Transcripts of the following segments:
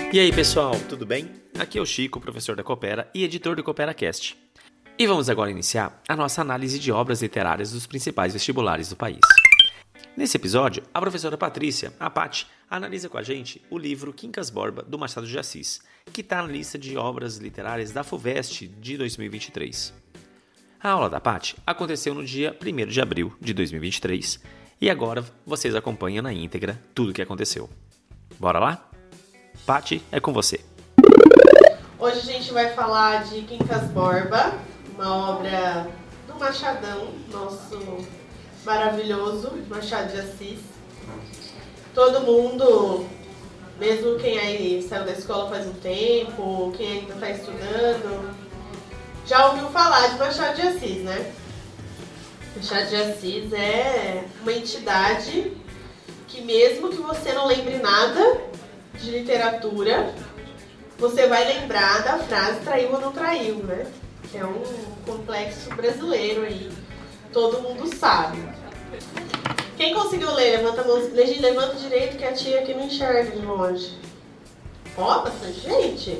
E aí pessoal, tudo bem? Aqui é o Chico, professor da Coopera e editor do CooperaCast. E vamos agora iniciar a nossa análise de obras literárias dos principais vestibulares do país. Nesse episódio, a professora Patrícia, a Paty, analisa com a gente o livro Quincas Borba, do Machado de Assis, que está na lista de obras literárias da FUVEST de 2023. A aula da Paty aconteceu no dia 1º de abril de 2023 e agora vocês acompanham na íntegra tudo o que aconteceu. Bora lá? Paty, é com você. Hoje a gente vai falar de Quincas Borba, uma obra do Machadão, nosso maravilhoso Machado de Assis. Todo mundo, mesmo quem aí saiu da escola faz um tempo, quem ainda está estudando, já ouviu falar de Machado de Assis, né? Machado de Assis é uma entidade que mesmo que você não lembre nada de literatura, você vai lembrar da frase traiu ou não traiu, né? Que é um complexo brasileiro aí, todo mundo sabe. Quem conseguiu ler? Levanta a mão, levanta direito que a tia aqui não enxerga de longe. Ó, bastante gente.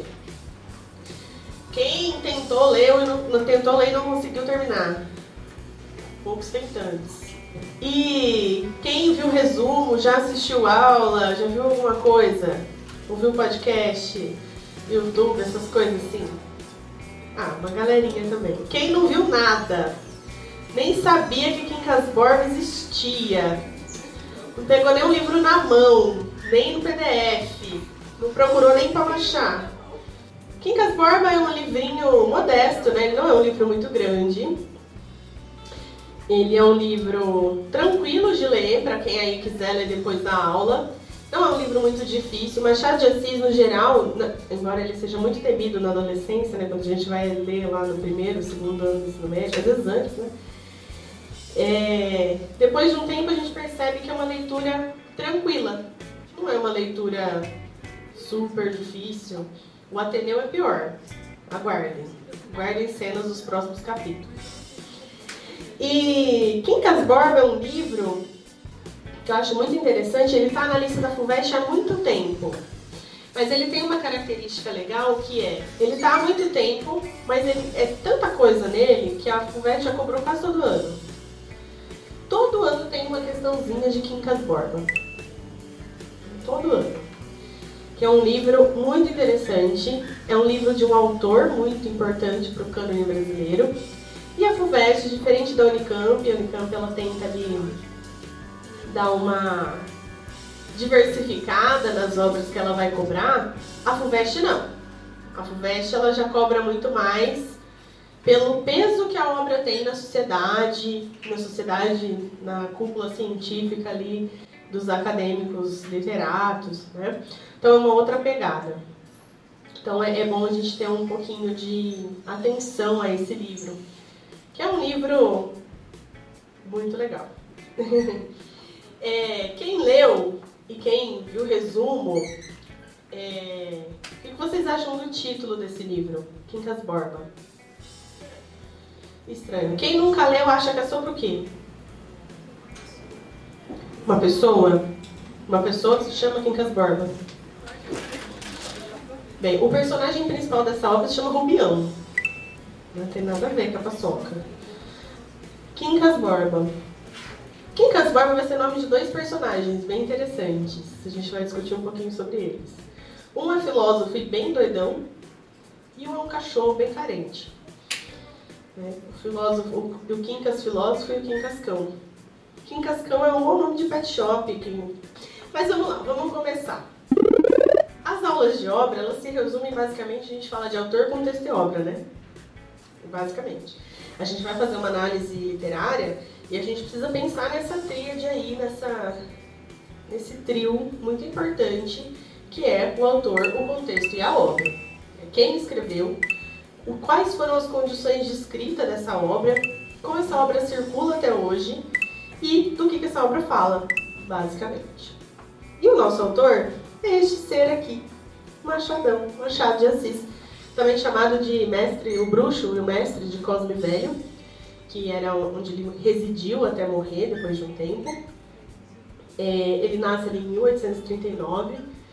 Quem tentou ler e não conseguiu terminar? Poucos tentantes. E quem viu resumo, já assistiu aula, já viu alguma coisa? Ouviu podcast, YouTube, essas coisas assim? Ah, uma galerinha também. Quem não viu nada, nem sabia que Quincas Borba existia, não pegou nem um livro na mão, nem no PDF, não procurou nem para baixar. Quincas Borba é um livrinho modesto, né? Ele não é um livro muito grande. Ele é um livro tranquilo de ler, para quem aí quiser ler depois da aula. Não é um livro muito difícil. Machado de Assis, no geral, embora ele seja muito temido na adolescência, né, quando a gente vai ler lá no primeiro, segundo ano do ensino médio, às vezes antes, né? Depois de um tempo a gente percebe que é uma leitura tranquila. Não é uma leitura super difícil. O Ateneu é pior. Aguardem. Guardem cenas dos próximos capítulos. E Quincas Borba é um livro que eu acho muito interessante. Ele está na lista da FUVEST há muito tempo. Mas ele tem uma característica legal que ele está há muito tempo, mas ele é tanta coisa nele que a FUVEST já cobrou quase todo ano. Todo ano tem uma questãozinha de Quincas Borba. Todo ano. Que é um livro muito interessante. É um livro de um autor muito importante para o cânone brasileiro. E a FUVEST, diferente da Unicamp, a Unicamp ela tenta ali dar uma diversificada nas obras que ela vai cobrar, a FUVEST não. A FUVEST ela já cobra muito mais pelo peso que a obra tem na sociedade, na cúpula científica ali dos acadêmicos literatos, né? Então é uma outra pegada. Então é bom a gente ter um pouquinho de atenção a esse livro, que é um livro muito legal. Quem leu e quem viu o resumo, o que vocês acham do título desse livro, Quincas Borba? Estranho. Quem nunca leu acha que é sobre o quê? Uma pessoa? Uma pessoa que se chama Quincas Borba. Bem, o personagem principal dessa obra se chama Rubião. Não tem nada a ver com a paçoca. Quincas Borba. Quincas Borba vai ser nome de dois personagens bem interessantes. A gente vai discutir um pouquinho sobre eles. Um é filósofo e bem doidão, e um é um cachorro bem carente. O Quincas filósofo e o Quincas cão. Quincas cão é um bom nome de pet shop. Mas vamos lá, vamos começar. As aulas de obra, elas se resumem basicamente, a gente fala de autor, contexto e obra, né? Basicamente. A gente vai fazer uma análise literária e a gente precisa pensar nessa tríade aí, nesse trio muito importante, que é o autor, o contexto e a obra. Quem escreveu, quais foram as condições de escrita dessa obra, como essa obra circula até hoje e do que essa obra fala, basicamente. E o nosso autor é este ser aqui, Machadão, Machado de Assis, também chamado de mestre, o bruxo e o mestre de Cosme Velho, que era onde ele residiu até morrer, depois de um tempo. Ele nasce ali em 1839,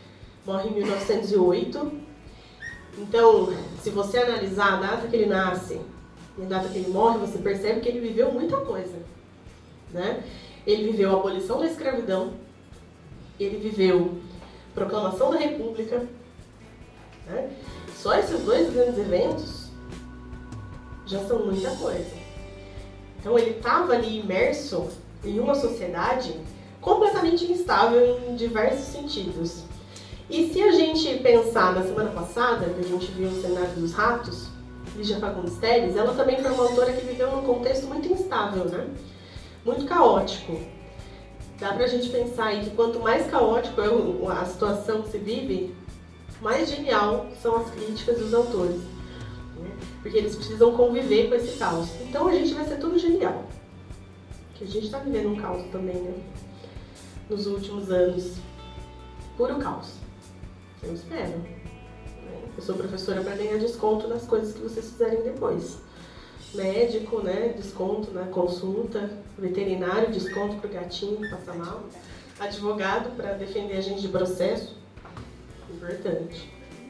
morre em 1908. Então, se você analisar a data que ele nasce e a data que ele morre, você percebe que ele viveu muita coisa, né? Ele viveu a abolição da escravidão, ele viveu a proclamação da República, né? Só esses 2 grandes eventos já são muita coisa. Então ele estava ali imerso em uma sociedade completamente instável em diversos sentidos. E se a gente pensar na semana passada, que a gente viu o Cenário dos Ratos, Lígia Fagundes Telles, ela também foi uma autora que viveu num contexto muito instável, né? Muito caótico. Dá pra gente pensar aí que quanto mais caótico é a situação que se vive, mais genial são as críticas dos autores, né? Porque eles precisam conviver com esse caos. Então a gente vai ser tudo genial. Porque a gente está vivendo um caos também, né? Nos últimos anos. Puro caos. Eu espero. Né? Eu sou professora para ganhar desconto nas coisas que vocês fizerem depois. Médico, né? Desconto na consulta. Veterinário, desconto pro gatinho que passa mal. Advogado para defender a gente de processo. Importante.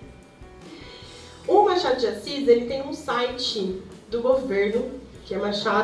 O Machado de Assis, ele tem um site do governo, que é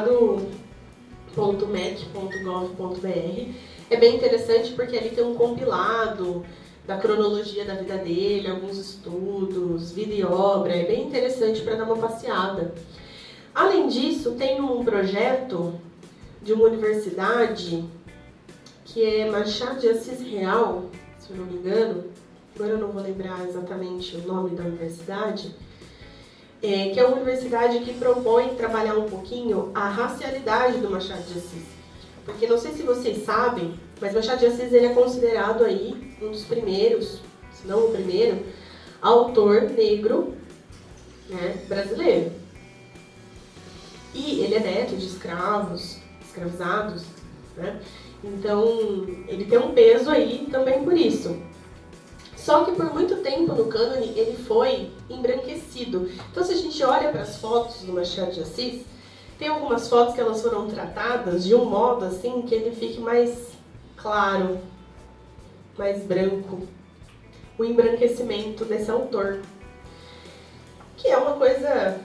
machado.mec.gov.br. É bem interessante porque ali tem um compilado da cronologia da vida dele, alguns estudos, vida e obra. É bem interessante para dar uma passeada. Além disso, tem um projeto de uma universidade que é Machado de Assis Real, se eu não me engano. Agora eu não vou lembrar exatamente o nome da universidade, que é uma universidade que propõe trabalhar um pouquinho a racialidade do Machado de Assis. Porque não sei se vocês sabem, mas Machado de Assis ele é considerado aí um dos primeiros, se não o primeiro, autor negro, né, brasileiro. E ele é neto de escravizados, né? Então ele tem um peso aí também por isso. Só que por muito tempo no cânone ele foi embranquecido. Então se a gente olha para as fotos do Machado de Assis, tem algumas fotos que elas foram tratadas de um modo assim que ele fique mais claro, mais branco. O embranquecimento desse autor. Que é uma coisa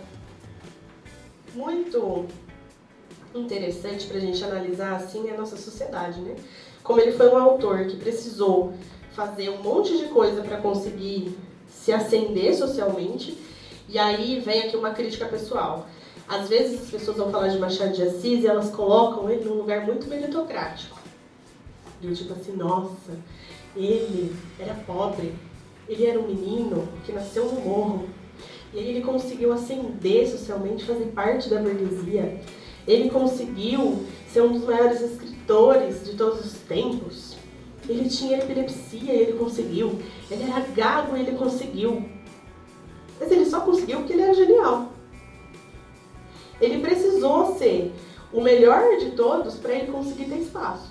muito interessante para a gente analisar assim a nossa sociedade, né? Como ele foi um autor que precisou fazer um monte de coisa para conseguir se ascender socialmente, e aí vem aqui uma crítica pessoal. Às vezes as pessoas vão falar de Machado de Assis e elas colocam ele num lugar muito meritocrático. Eu tipo assim, nossa, ele era pobre, ele era um menino que nasceu no morro, e aí ele conseguiu ascender socialmente, fazer parte da burguesia. Ele conseguiu ser um dos maiores escritores de todos os tempos. Ele tinha epilepsia e ele conseguiu. Ele era gago e ele conseguiu. Mas ele só conseguiu porque ele era genial. Ele precisou ser o melhor de todos para ele conseguir ter espaço.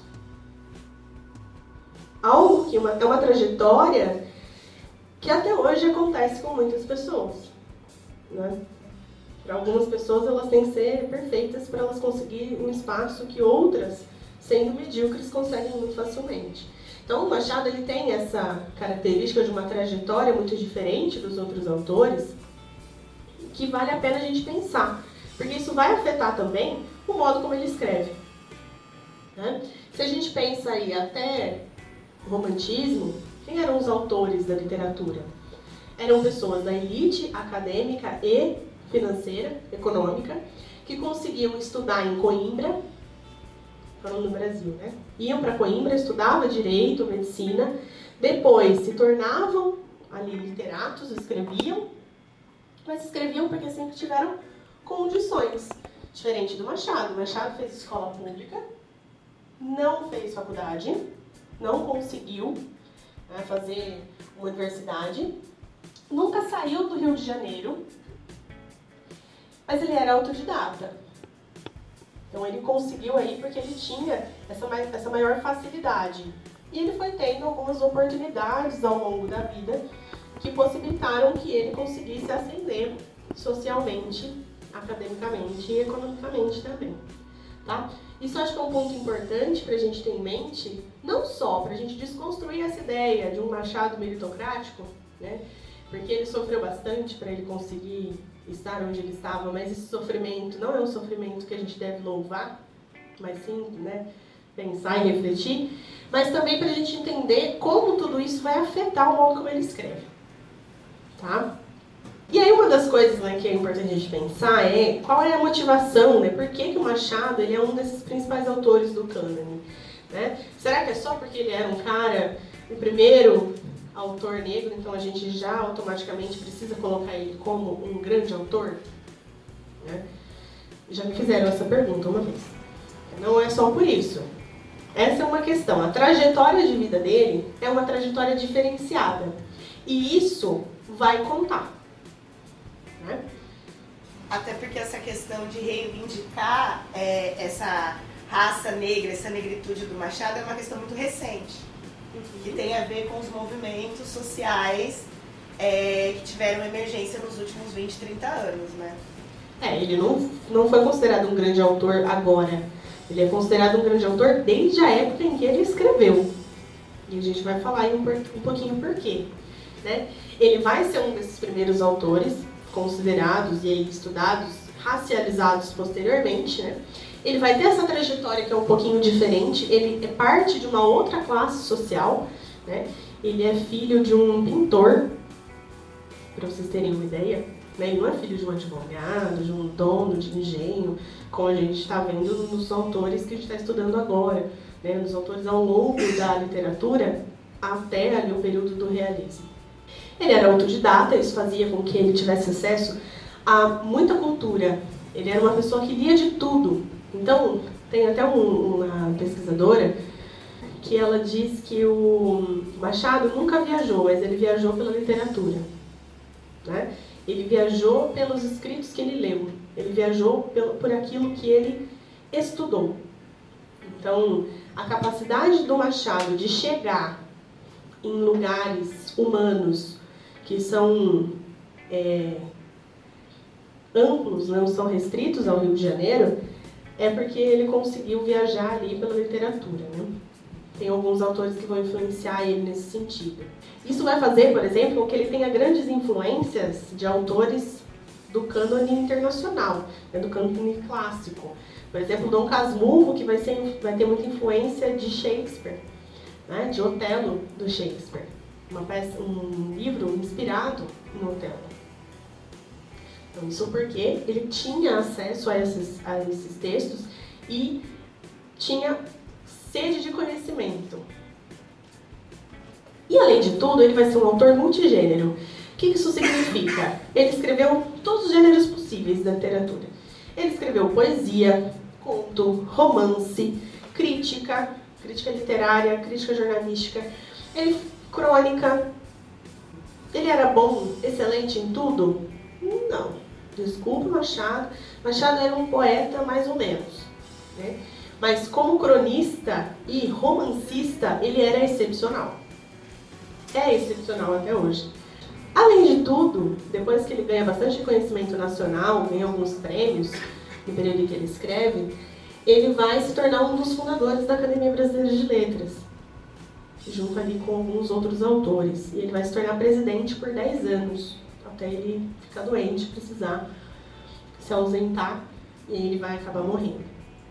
Algo que é uma trajetória que até hoje acontece com muitas pessoas, né? Para algumas pessoas elas têm que ser perfeitas para elas conseguirem um espaço que outras, sendo medíocres, conseguem muito facilmente. Então o Machado ele tem essa característica de uma trajetória muito diferente dos outros autores, que vale a pena a gente pensar, porque isso vai afetar também o modo como ele escreve, né? Se a gente pensa aí até o romantismo, quem eram os autores da literatura? Eram pessoas da elite acadêmica e financeira, econômica, que conseguiam estudar em Coimbra, falando no Brasil, né? Iam para Coimbra, estudavam direito, medicina, depois se tornavam ali literatos, escreviam, mas escreviam porque sempre tiveram condições, diferente do Machado. O Machado fez escola pública, não fez faculdade, não conseguiu, né, fazer uma universidade, nunca saiu do Rio de Janeiro, mas ele era autodidata. Então ele conseguiu aí porque ele tinha essa maior facilidade. E ele foi tendo algumas oportunidades ao longo da vida que possibilitaram que ele conseguisse ascender socialmente, academicamente e economicamente também. Tá? Isso acho que é um ponto importante para a gente ter em mente, não só para a gente desconstruir essa ideia de um Machado meritocrático, né? Porque ele sofreu bastante para ele conseguir estar onde ele estava, mas esse sofrimento não é um sofrimento que a gente deve louvar, mas sim, né, pensar e refletir, mas também para a gente entender como tudo isso vai afetar o modo como ele escreve. Tá? E aí uma das coisas, né, que é importante a gente pensar é qual é a motivação, né? Por que o Machado ele é um desses principais autores do cânone, né? Será que é só porque ele era um cara, o primeiro autor negro, então a gente já automaticamente precisa colocar ele como um grande autor? Né? Já me fizeram essa pergunta uma vez. Não é só por isso. Essa é uma questão. A trajetória de vida dele é uma trajetória diferenciada. E isso vai contar. Né? Até porque essa questão de reivindicar essa raça negra, essa negritude do Machado é uma questão muito recente, que tem a ver com os movimentos sociais que tiveram emergência nos últimos 20, 30 anos, né? Ele não foi considerado um grande autor agora. Ele é considerado um grande autor desde a época em que ele escreveu. E a gente vai falar aí um pouquinho por quê. Né? Ele vai ser um desses primeiros autores considerados e aí estudados, racializados posteriormente, né? Ele vai ter essa trajetória que é um pouquinho diferente, ele é parte de uma outra classe social, né? Ele é filho de um pintor, para vocês terem uma ideia, né? Ele não é filho de um advogado, de um dono de engenho, como a gente está vendo nos autores que a gente está estudando agora, né? Nos autores ao longo da literatura, até ali o período do realismo. Ele era autodidata, isso fazia com que ele tivesse acesso a muita cultura. Ele era uma pessoa que lia de tudo. Então, tem até uma pesquisadora que ela diz que o Machado nunca viajou, mas ele viajou pela literatura. Né? Ele viajou pelos escritos que ele leu. Ele viajou por aquilo que ele estudou. Então, a capacidade do Machado de chegar em lugares humanos que são amplos, não são restritos ao Rio de Janeiro, é porque ele conseguiu viajar ali pela literatura. Né? Tem alguns autores que vão influenciar ele nesse sentido. Isso vai fazer, por exemplo, com que ele tenha grandes influências de autores do cânone internacional, né? Do cânone clássico. Por exemplo, Dom Casmurro, que vai ter muita influência de Shakespeare, né? De Otelo, do Shakespeare. Um livro inspirado em Otelo. Então, isso porque ele tinha acesso a esses textos e tinha sede de conhecimento. E, além de tudo, ele vai ser um autor multigênero. O que isso significa? Ele escreveu todos os gêneros possíveis da literatura. Ele escreveu poesia, conto, romance, crítica literária, crítica jornalística, crônica. Ele era bom, excelente em tudo? Não. Desculpa, Machado. Machado era um poeta mais ou menos. Né? Mas como cronista e romancista, ele era excepcional. É excepcional até hoje. Além de tudo, depois que ele ganha bastante reconhecimento nacional, ganha alguns prêmios no período em que ele escreve, ele vai se tornar um dos fundadores da Academia Brasileira de Letras, junto ali com alguns outros autores. E ele vai se tornar presidente por 10 anos, até ele ficar doente, precisar se ausentar, e ele vai acabar morrendo.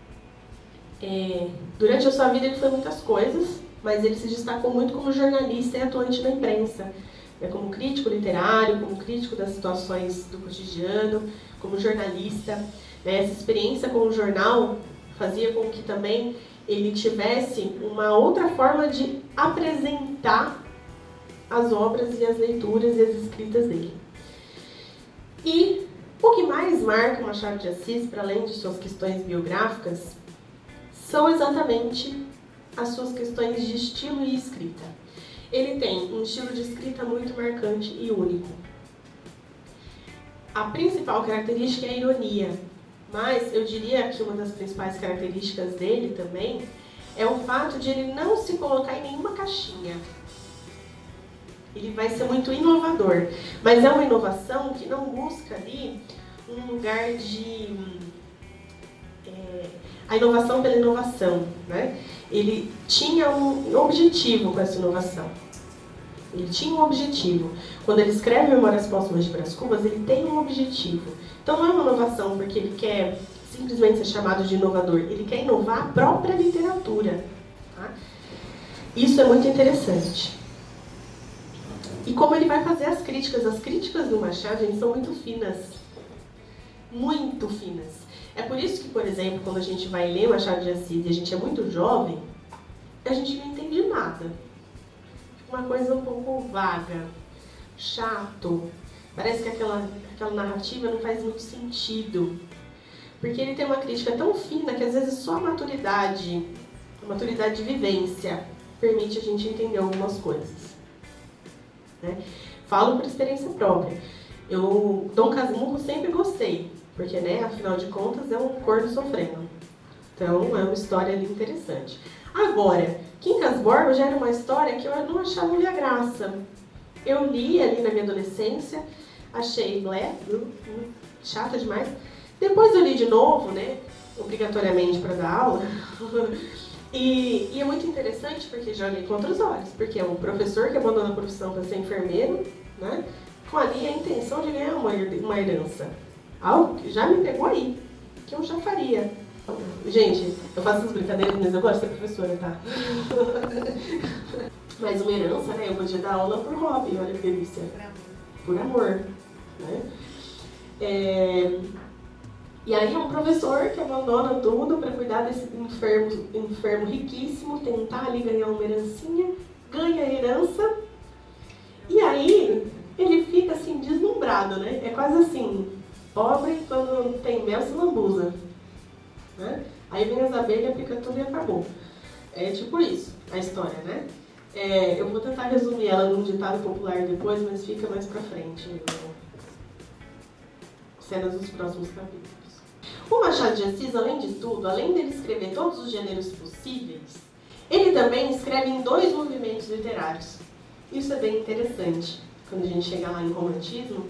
Durante a sua vida ele foi muitas coisas, mas ele se destacou muito como jornalista e atuante na imprensa, como crítico literário, como crítico das situações do cotidiano, como jornalista. Essa experiência com o jornal fazia com que também ele tivesse uma outra forma de apresentar as obras e as leituras e as escritas dele. E o que mais marca o Machado de Assis, para além de suas questões biográficas, são exatamente as suas questões de estilo e escrita. Ele tem um estilo de escrita muito marcante e único. A principal característica é a ironia, mas eu diria que uma das principais características dele também é o fato de ele não se colocar em nenhuma caixinha. Ele vai ser muito inovador, mas é uma inovação que não busca ali um lugar de a inovação pela inovação, né? Ele tinha um objetivo com essa inovação. Ele tinha um objetivo. Quando ele escreve Memórias Póstumas de Brás Cubas, ele tem um objetivo. Então não é uma inovação porque ele quer simplesmente ser chamado de inovador. Ele quer inovar a própria literatura. Tá? Isso é muito interessante. E como ele vai fazer as críticas do Machado, gente, são muito finas. Muito finas. É por isso que, por exemplo, quando a gente vai ler Machado de Assis e a gente é muito jovem, a gente não entende nada. Uma coisa um pouco vaga, chato. Parece que aquela narrativa não faz muito sentido. Porque ele tem uma crítica tão fina que às vezes só a maturidade de vivência, permite a gente entender algumas coisas. Né? Falo por experiência própria. Eu, Dom Casmurro, sempre gostei, porque, né, afinal de contas, é um corno sofrendo. Então, é uma história ali interessante. Agora, Quincas Borba já era uma história que eu não achava muita graça. Eu li ali na minha adolescência, achei chata demais. Depois eu li de novo, né, obrigatoriamente para dar aula. E é muito interessante porque já li com outros olhos, porque é um professor que abandona a profissão para ser enfermeiro, né, com ali a intenção de ganhar uma herança. Algo que já me pegou aí, que eu já faria. Gente, eu faço essas brincadeiras, mas eu gosto de ser professora, tá? Mas uma herança, né? Eu podia dar aula por hobby, olha que delícia. Por amor. Né? E aí é um professor que abandona tudo para cuidar desse enfermo riquíssimo, tentar ali ganhar uma herancinha, ganha a herança, e aí ele fica assim, deslumbrado, né? É quase assim, pobre quando tem mel se lambuza. Né? Aí vem as abelhas, pica tudo e acabou. É tipo isso, a história, né? Eu vou tentar resumir ela num ditado popular depois, mas fica mais pra frente. Cenas dos próximos capítulos. O Machado de Assis, além de tudo, além dele escrever todos os gêneros possíveis, ele também escreve em 2 movimentos literários. Isso é bem interessante. Quando a gente chegar lá em romantismo,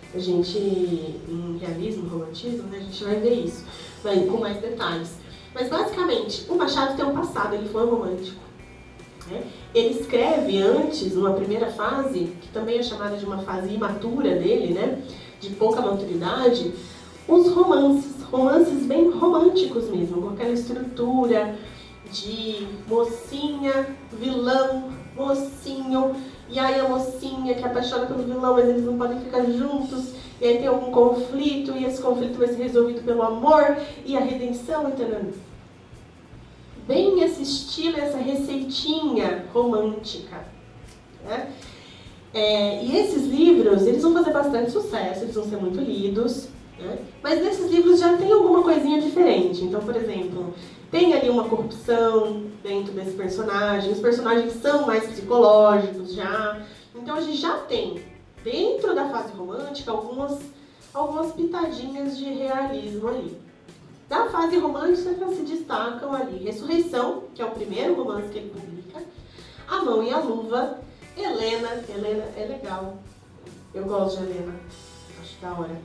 em realismo, romantismo, né, a gente vai ver isso, com mais detalhes. Mas basicamente, o Machado tem um passado, ele foi romântico. Né? Ele escreve antes, numa primeira fase, que também é chamada de uma fase imatura dele, né, de pouca maturidade, os romances bem românticos mesmo, com aquela estrutura de mocinha, vilão, mocinho, e aí a mocinha que apaixona pelo vilão, mas eles não podem ficar juntos, e aí tem algum conflito, e esse conflito vai ser resolvido pelo amor, e a redenção, entendeu? Bem esse estilo, essa receitinha romântica. Né? E esses livros, eles vão fazer bastante sucesso, eles vão ser muito lidos, né? Mas nesses livros já tem alguma coisinha diferente. Então, por exemplo, tem ali uma corrupção dentro desse personagem, os personagens são mais psicológicos já. Então a gente já tem, dentro da fase romântica, algumas pitadinhas de realismo ali. Da fase romântica se destacam ali Ressurreição, que é o primeiro romance que ele publica, A Mão e a Luva, Helena é legal. Eu gosto de Helena, acho da hora.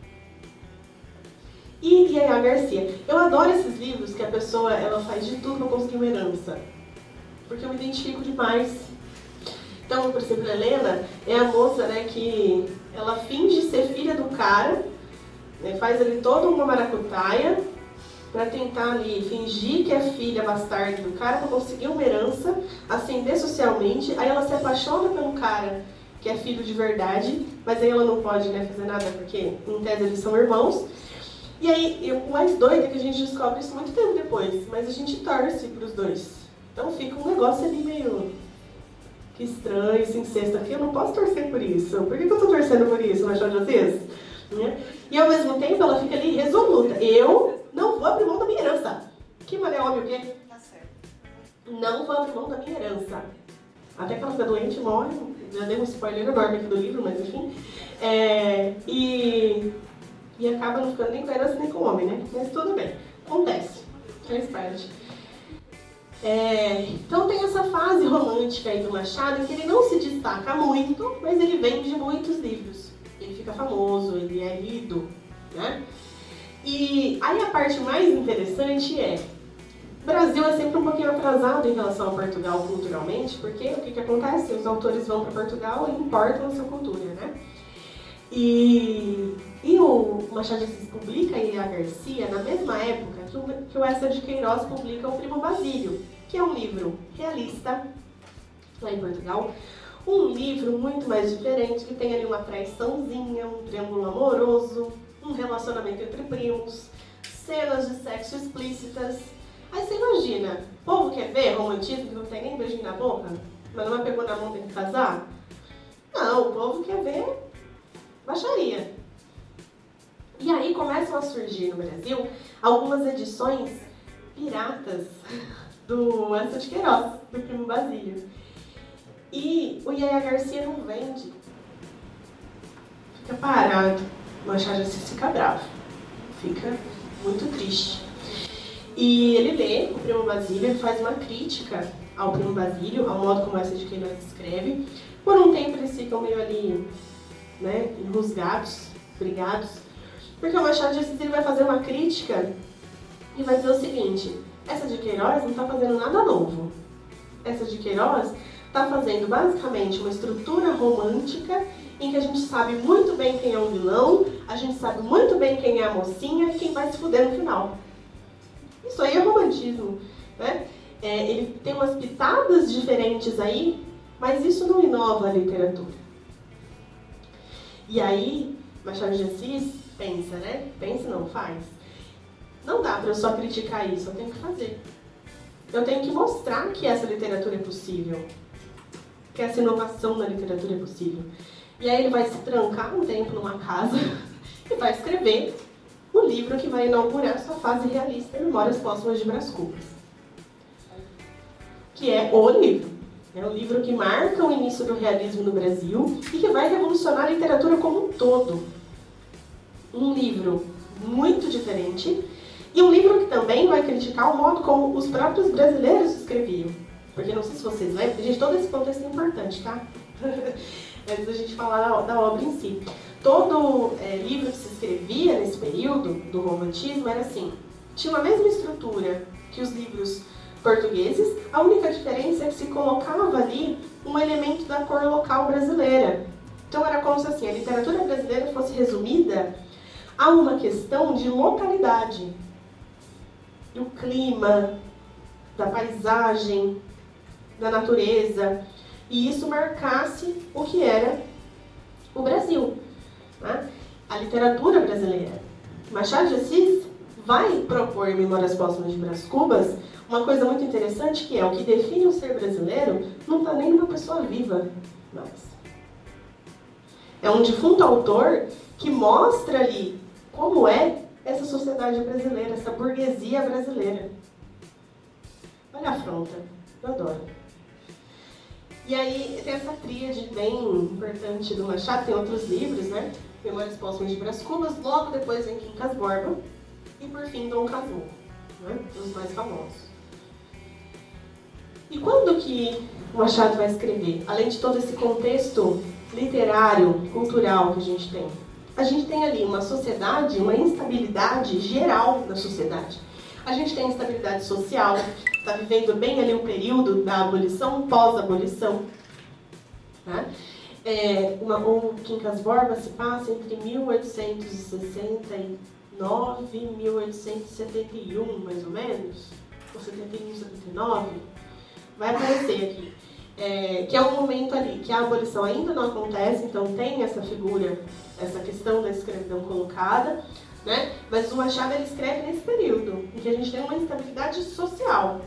E Yaya Garcia. Eu adoro esses livros que a pessoa ela faz de tudo para conseguir uma herança. Porque eu me identifico demais. Então, por exemplo, a Helena é a moça, né, que ela finge ser filha do cara, né, faz ali toda uma maracutaia para tentar ali fingir que é filha bastarda do cara para conseguir uma herança, ascender socialmente. Aí ela se apaixona pelo cara que é filho de verdade, mas aí ela não pode, né, fazer nada porque em tese eles são irmãos. E aí, o mais doido é que a gente descobre isso muito tempo depois, mas a gente torce pros dois. Então fica um negócio ali meio... Que estranho, esse incesto aqui, eu não posso torcer por isso. Por que eu tô torcendo por isso, Machado de Assis? Né? E ao mesmo tempo ela fica ali resoluta. Eu não vou abrir mão da minha herança. Que mané homem o quê? Tá certo. Não vou abrir mão da minha herança. Até que ela fica doente e morre. Já dei um spoiler enorme aqui do livro, mas enfim. E acaba não ficando nem com a herança nem com o homem, né? Mas tudo bem. Acontece. Faz parte. Então tem essa fase romântica aí do Machado em que ele não se destaca muito, mas ele vende muitos livros. Ele fica famoso, ele é lido, né? E aí a parte mais interessante é, o Brasil é sempre um pouquinho atrasado em relação a Portugal culturalmente, porque o que acontece? Os autores vão para Portugal e importam a sua cultura, né? E o Machado de Assis publica em A Garcia na mesma época que o Eça de Queiroz publica O Primo Basílio, que é um livro realista, lá em Portugal. Um livro muito mais diferente, que tem ali uma traiçãozinha, um triângulo amoroso, um relacionamento entre primos, cenas de sexo explícitas. Aí você imagina, o povo quer ver romantismo que não tem nem beijinho na boca? Mas não pegou na mão, tem que casar? Não, o povo quer ver baixaria. E aí começam a surgir no Brasil algumas edições piratas do Eça de Queiroz, do Primo Basílio. E o Yaya Garcia não vende. Fica parado. O Machado de Assis fica bravo. Fica muito triste. E ele lê o Primo Basílio, ele faz uma crítica ao Primo Basílio, ao modo como Eça de Queiroz escreve. Por um tempo eles ficam meio ali, né, enrosgados, brigados. Porque o Machado de Assis ele vai fazer uma crítica e vai dizer o seguinte: Eça de Queiroz não está fazendo nada novo. Eça de Queiroz está fazendo basicamente uma estrutura romântica em que a gente sabe muito bem quem é o vilão, a gente sabe muito bem quem é a mocinha e quem vai se fuder no final. Isso aí é romantismo, né? Ele tem umas pitadas diferentes aí, mas isso não inova a literatura. E aí, Machado de Assis pensa, né? Pensa não, faz. Não dá para eu só criticar isso, eu tenho que fazer. Eu tenho que mostrar que essa literatura é possível. Que essa inovação na literatura é possível. E aí ele vai se trancar um tempo numa casa e vai escrever o livro que vai inaugurar sua fase realista, Memórias Póstumas de Brás Cubas. Que é o livro. É o livro que marca o início do realismo no Brasil e que vai revolucionar a literatura como um todo. Um livro muito diferente e um livro que também vai criticar o modo como os próprios brasileiros escreviam. Porque não sei se vocês lembram, gente, todo esse contexto é importante, tá? Antes da gente falar da obra em si. Todo livro que se escrevia nesse período do romantismo era assim, tinha a mesma estrutura que os livros portugueses, a única diferença é que se colocava ali um elemento da cor local brasileira. Então era como se assim, a literatura brasileira fosse resumida a uma questão de localidade, do clima, da paisagem, da natureza, e isso marcasse o que era o Brasil, né? A literatura brasileira. Machado de Assis vai propor em Memórias Póstumas de Brás Cubas uma coisa muito interessante, que é o que define o ser brasileiro não está nem numa pessoa viva mais. É um defunto autor que mostra ali como é essa sociedade brasileira, essa burguesia brasileira. Olha a afronta, eu adoro. E aí tem essa tríade bem importante do Machado, tem outros livros, né? Memórias Póstumas de Brás Cubas, logo depois vem Quincas Borba e por fim Dom Casmurro, né? Os mais famosos. E quando que o Machado vai escrever? Além de todo esse contexto literário, cultural que a gente tem ali uma sociedade, uma instabilidade geral na sociedade. A gente tem instabilidade social, está vivendo bem ali o período da abolição, pós-abolição. Né? O Quincas Borba se passa entre 1869 e 1871, mais ou menos, ou 71, 79, vai aparecer aqui. Que é um momento ali que a abolição ainda não acontece, então tem essa figura, essa questão da escravidão colocada, né? Mas o Machado ele escreve nesse período, em que a gente tem uma instabilidade social.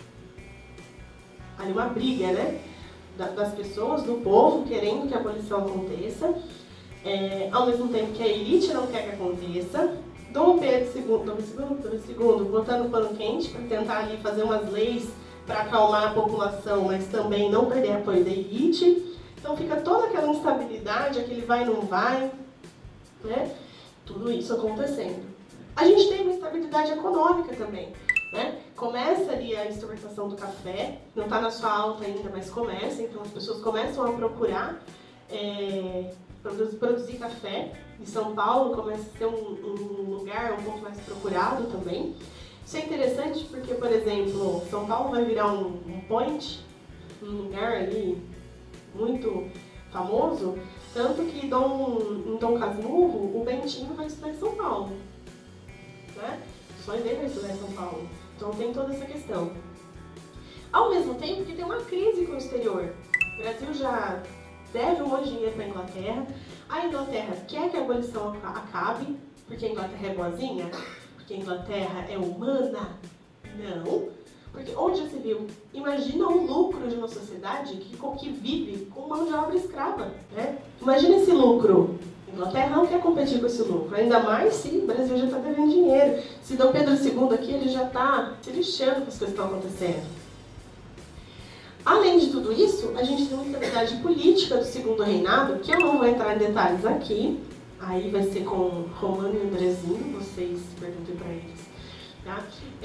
Ali uma briga, né? Das pessoas, do povo, querendo que a abolição aconteça, ao mesmo tempo que a elite não quer que aconteça. Dom Pedro II botando pano quente para tentar ali fazer umas leis para acalmar a população, mas também não perder apoio da elite. Então fica toda aquela instabilidade, aquele vai e não vai, né? Tudo isso acontecendo. A gente tem uma instabilidade econômica também, né? Começa ali a exportação do café, não está na sua alta ainda, mas começa, então as pessoas começam a procurar produzir café. E São Paulo começa a ser um lugar um pouco mais procurado também. Isso é interessante porque, por exemplo, São Paulo vai virar um point, um lugar ali muito famoso, tanto que em Dom Casmurro, o Bentinho vai estudar em São Paulo. Né? O sonho dele é estudar em São Paulo. Então tem toda essa questão. Ao mesmo tempo que tem uma crise com o exterior. O Brasil já deve um monte de dinheiro para a Inglaterra. A Inglaterra quer que a abolição acabe, porque a Inglaterra é boazinha? Porque a Inglaterra é humana? Não. Porque onde já se viu? Imagina o lucro de uma sociedade que vive com mão de obra escrava. Né? Imagina esse lucro. A Inglaterra não quer competir com esse lucro. Ainda mais se o Brasil já está devendo dinheiro. Se Dom Pedro II aqui, ele já está se lixando com as coisas que estão acontecendo. Além de tudo isso, a gente tem uma instabilidade política do segundo reinado, que eu não vou entrar em detalhes aqui. Aí vai ser com Romano e Andrezinho, vocês perguntem para eles. Tá?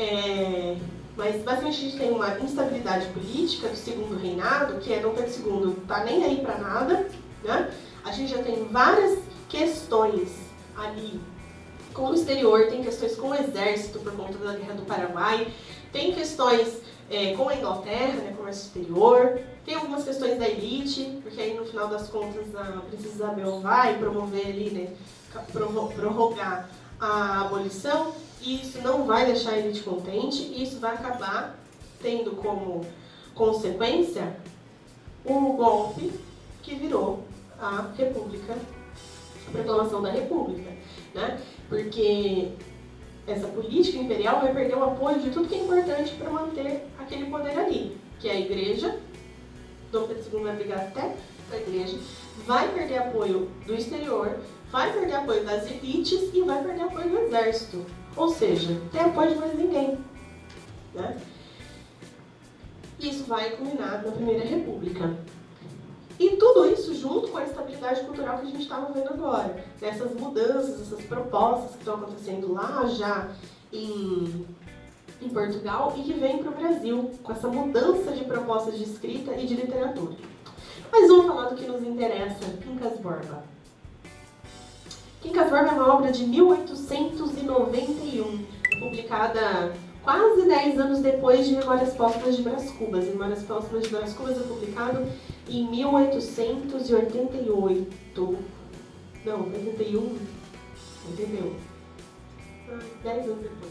Mas basicamente a gente tem uma instabilidade política do segundo reinado, que é Dom Pedro II não tá nem aí para nada. Né? A gente já tem várias questões ali com o exterior, tem questões com o exército por conta da Guerra do Paraguai, tem questões com a Inglaterra, né, comércio exterior, tem algumas questões da elite, porque aí no final das contas a Princesa Isabel vai promover ali, né, prorrogar a abolição, e isso não vai deixar a elite contente, e isso vai acabar tendo como consequência o golpe que virou a República, a proclamação da República, né? Porque essa política imperial vai perder o apoio de tudo que é importante para manter aquele poder ali, que é a igreja. Dom Pedro II vai brigar até com a igreja, vai perder apoio do exterior, vai perder apoio das elites e vai perder apoio do exército. Ou seja, não tem apoio de mais ninguém. Né? Isso vai culminar na Primeira República. E tudo isso junto com a estabilidade cultural que a gente estava vendo agora. Essas mudanças, essas propostas que estão acontecendo lá já em Portugal e que vem para o Brasil, com essa mudança de propostas de escrita e de literatura. Mas vamos falar do que nos interessa, Quincas Borba. Quincas Borba é uma obra de 1891, publicada quase 10 anos depois de Memórias Póstumas de Brás Cubas. Memórias Póstumas de Brás Cubas é publicado em 1888. Não, 81. 10 anos depois.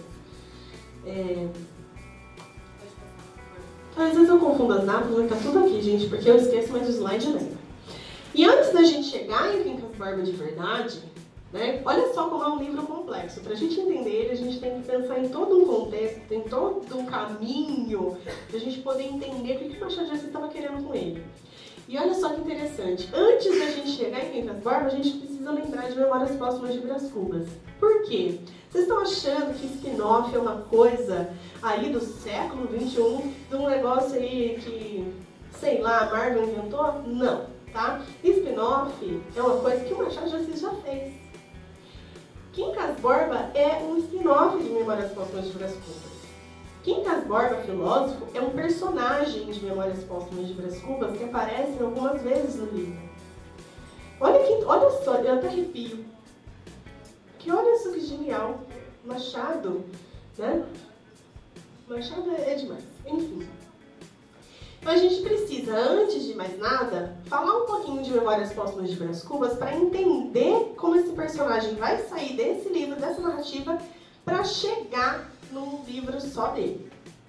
Às vezes eu confundo as datas, mas tá tudo aqui, gente, porque eu esqueço, mas o slide lembra. E antes da gente chegar em Quincas Borba de verdade, né, olha só como é um livro complexo. Para a gente entender ele, a gente tem que pensar em todo um contexto, em todo um caminho, para a gente poder entender o que o Machado de Assis estava querendo com ele. E olha só que interessante, antes da gente chegar em Quincas Borba, a gente precisa lembrar de Memórias Póstumas de Brás Cubas. Por quê? Vocês estão achando que spin-off é uma coisa aí do século XXI, de um negócio aí que, sei lá, a Marvel inventou? Não, tá? Spin-off é uma coisa que o Machado de Assis já fez. Quincas Borba é um spin-off de Memórias Póstumas de Brás Cubas. Quincas Borba, filósofo, é um personagem de Memórias Póstumas de Brás Cubas que aparece algumas vezes no livro. Olha só, eu até arrepio. Que olha isso que genial. Machado, né? Machado é demais. Enfim. Então a gente precisa, antes de mais nada, falar um pouquinho de Memórias Póstumas de Brás Cubas para entender como esse personagem vai sair desse livro, dessa narrativa, para chegar num livro só dele.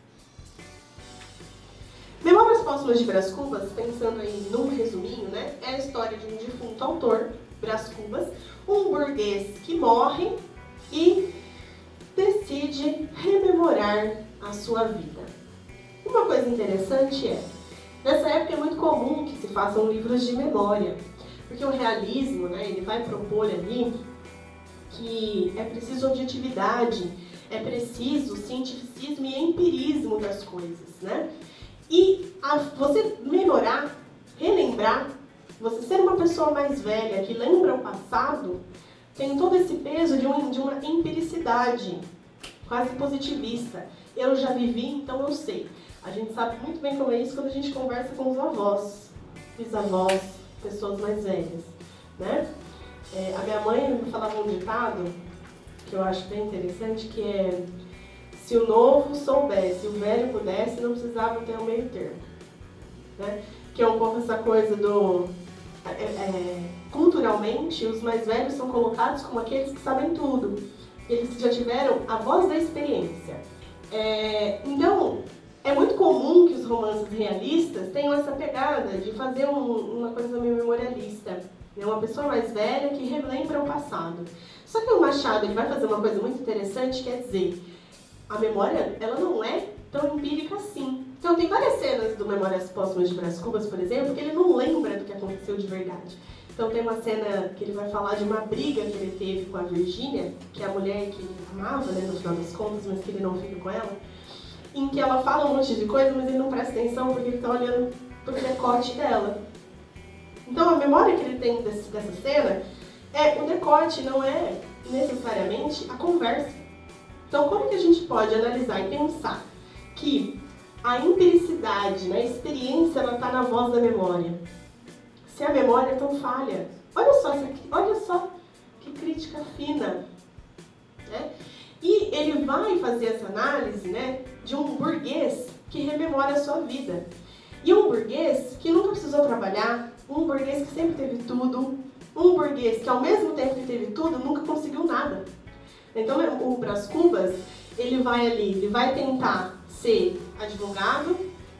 Memórias Póstumas de Brás Cubas, pensando aí num resuminho, né, é a história de um defunto autor, Brás Cubas, um burguês que morre e decide rememorar a sua vida. Uma coisa interessante é, nessa época é muito comum que se façam livros de memória, porque o realismo, né, ele vai propor ali que é preciso objetividade, é preciso cientificismo e empirismo das coisas, né? E você memorar, relembrar, você ser uma pessoa mais velha que lembra o passado, tem todo esse peso de uma empiricidade, quase positivista. Eu já vivi, então eu sei. A gente sabe muito bem como é isso quando a gente conversa com os avós, bisavós, pessoas mais velhas. né? A minha mãe me falava um ditado que eu acho bem interessante, que é: se o novo soubesse, o velho pudesse, não precisava ter um meio termo, né? Que é um pouco essa coisa do... culturalmente, os mais velhos são colocados como aqueles que sabem tudo. Eles já tiveram a voz da experiência. Então, é muito comum que os romances realistas tenham essa pegada de fazer uma coisa meio memorialista. Uma pessoa mais velha que relembra o passado. Só que o Machado ele vai fazer uma coisa muito interessante, quer dizer, a memória ela não é tão empírica assim. Então tem várias cenas do Memórias Póstumas de Brás Cubas, por exemplo, que ele não lembra do que aconteceu de verdade. Então tem uma cena que ele vai falar de uma briga que ele teve com a Virgínia, que é a mulher que ele amava, né, no final das contas, mas que ele não fica com ela, em que ela fala um monte de coisa, mas ele não presta atenção porque ele está olhando pro decote dela. Então a memória que ele tem dessa cena é o decote, não é necessariamente a conversa. Então como que a gente pode analisar e pensar que a empiricidade, né, a experiência, ela está na voz da memória? Se a memória é tão falha. Olha só isso aqui, olha só que crítica fina, né? E ele vai fazer essa análise, né, de um burguês que rememora a sua vida. E um burguês que nunca precisou trabalhar, um burguês que sempre teve tudo, um burguês que ao mesmo tempo que teve tudo, nunca conseguiu nada. Então o Brás Cubas, ele vai tentar ser advogado,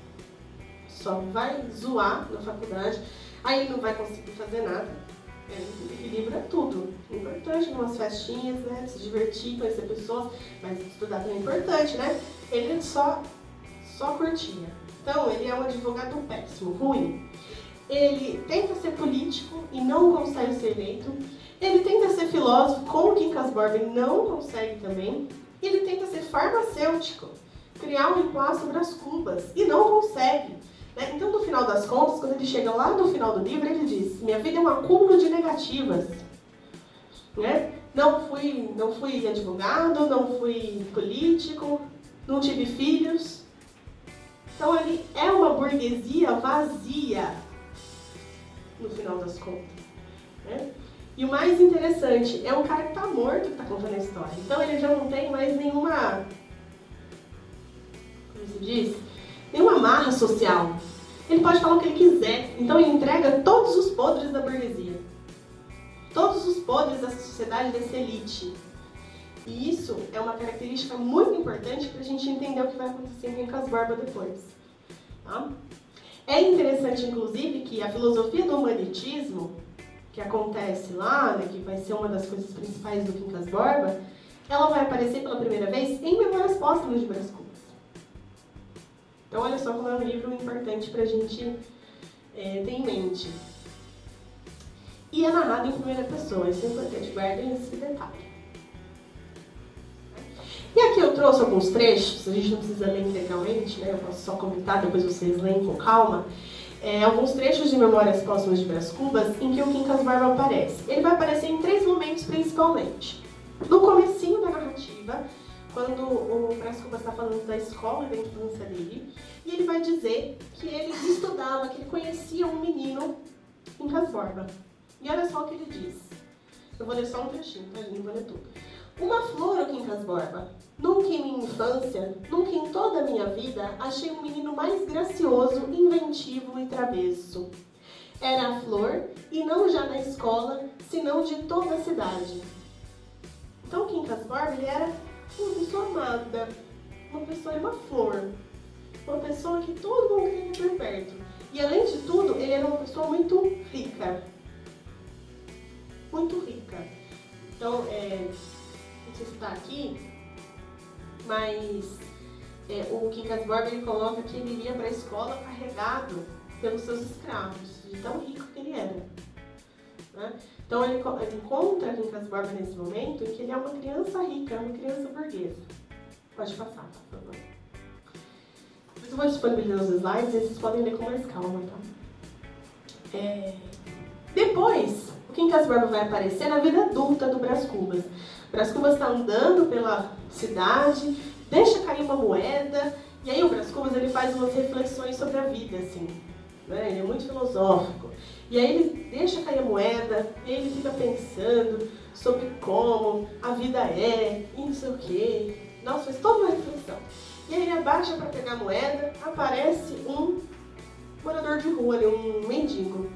só vai zoar na faculdade, aí ele não vai conseguir fazer nada. Equilíbrio é tudo. Importante, umas festinhas, né? Se divertir, conhecer pessoas, mas estudar também é importante, né? Ele só curtia. Então, ele é um advogado péssimo, ruim. Ele tenta ser político e não consegue ser eleito. Ele tenta ser filósofo, como o Quincas Borba, e não consegue também. Ele tenta ser farmacêutico, criar um emplastro Brás Cubas, e não consegue. Então, no final das contas, quando ele chega lá no final do livro, ele diz: minha vida é um acúmulo de negativas. Né? Não fui advogado, não fui político, não tive filhos. Então, ele é uma burguesia vazia, no final das contas. Né? E o mais interessante, é um cara que está morto que está contando a história. Então, ele já não tem mais nenhuma... como se diz? Nenhuma amarra social. Ele pode falar o que ele quiser. Então ele entrega todos os podres da burguesia. Todos os podres dessa sociedade, dessa elite. E isso é uma característica muito importante para a gente entender o que vai acontecer em Quincas Borba depois. Tá? É interessante, inclusive, que a filosofia do humanitismo, que acontece lá, né, que vai ser uma das coisas principais do Quincas Borba, ela vai aparecer pela primeira vez em Memórias Póstumas de Brás Cubas. Então, olha só como é um livro importante para a gente ter em mente. E é narrado em primeira pessoa, isso é importante, guardem esse detalhe. E aqui eu trouxe alguns trechos, a gente não precisa ler integralmente, né? Eu posso só comentar, depois vocês leem com calma. Alguns trechos de Memórias Póstumas de Brás Cubas em que o Quincas Borba aparece. Ele vai aparecer em 3 momentos principalmente. No comecinho da narrativa, quando o Brás Cubas está falando da escola, da infância dele, e ele vai dizer que ele estudava, que ele conhecia um menino, Quincas Borba. E olha só o que ele diz. Eu vou ler só um trechinho, tá? Não vou ler tudo. Uma flor, o Quincas Borba. Nunca em minha infância, nunca em toda a minha vida, achei um menino mais gracioso, inventivo e travesso. Era a flor, e não já da escola, senão de toda a cidade. Então o Quincas Borba, ele era uma pessoa amada, uma flor, uma pessoa que todo mundo queria por perto. E além de tudo, ele era uma pessoa muito rica. Muito rica. Então, não sei se está aqui, mas o Quincas Borba, ele coloca que ele iria para a escola carregado pelos seus escravos, de tão rico que ele era. Né? Então ele encontra Quincas Borba nesse momento em que ele é uma criança rica, uma criança burguesa. Pode passar, por favor. Eu vou disponibilizar os slides e vocês podem ler com mais calma, tá? Depois, o Quincas Borba vai aparecer na vida adulta do Brás Cubas. O Brás Cubas está andando pela cidade, deixa cair uma moeda, e aí o Brás Cubas ele faz umas reflexões sobre a vida, assim. né? Ele é muito filosófico. E aí ele deixa cair a moeda, e aí ele fica pensando sobre como a vida é, e não sei o quê. Nossa, faz toda uma reflexão. E aí ele abaixa para pegar a moeda, aparece um morador de rua ali, um mendigo.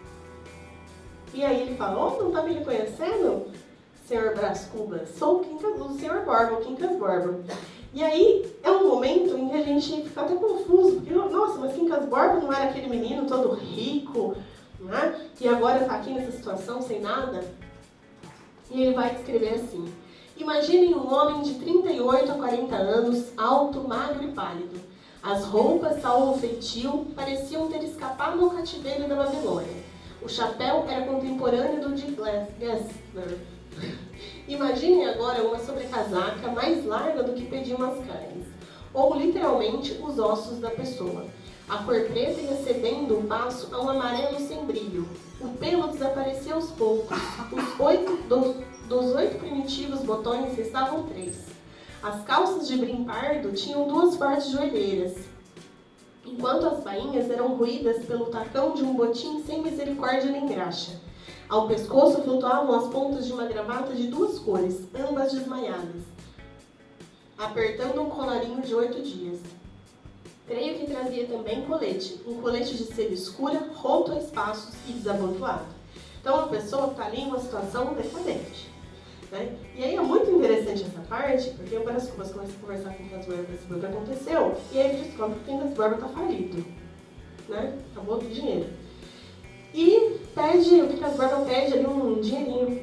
E aí ele fala, não tá me reconhecendo, senhor Brás Cubas? Sou o senhor Borba, o Quincas Borba. E aí é um momento em que a gente fica até confuso, porque, nossa, mas Quincas Borba não era aquele menino todo rico, né? E agora está aqui nessa situação sem nada? E ele vai descrever assim: imaginem um homem de 38 a 40 anos, alto, magro e pálido. As roupas, salvo o feitio, pareciam ter escapado ao cativeiro da Babilônia. O chapéu era contemporâneo do de Gessler. Imaginem agora uma sobrecasaca mais larga do que pediam as carnes, ou literalmente os ossos da pessoa. A cor preta ia cedendo o passo a um amarelo sem brilho. O pelo desaparecia aos poucos. Dos 8 primitivos botões restavam 3. As calças de brim pardo tinham 2 fortes joelheiras, enquanto as bainhas eram roídas pelo tacão de um botim sem misericórdia nem graxa. Ao pescoço flutuavam as pontas de uma gravata de 2 cores, ambas desmaiadas, apertando um colarinho de 8 dias. Creio que trazia também colete, um colete de seda escura, roto a espaços e desabotoado. Então, uma pessoa que está ali em uma situação decadente, né? E aí é muito interessante essa parte, porque o Brás Cubas começa a conversar com o Quincas Borba para saber o que aconteceu, e aí ele descobre que o Quincas Borba está falido, né? Acabou o dinheiro. E o Quincas Borba pede ali um dinheirinho.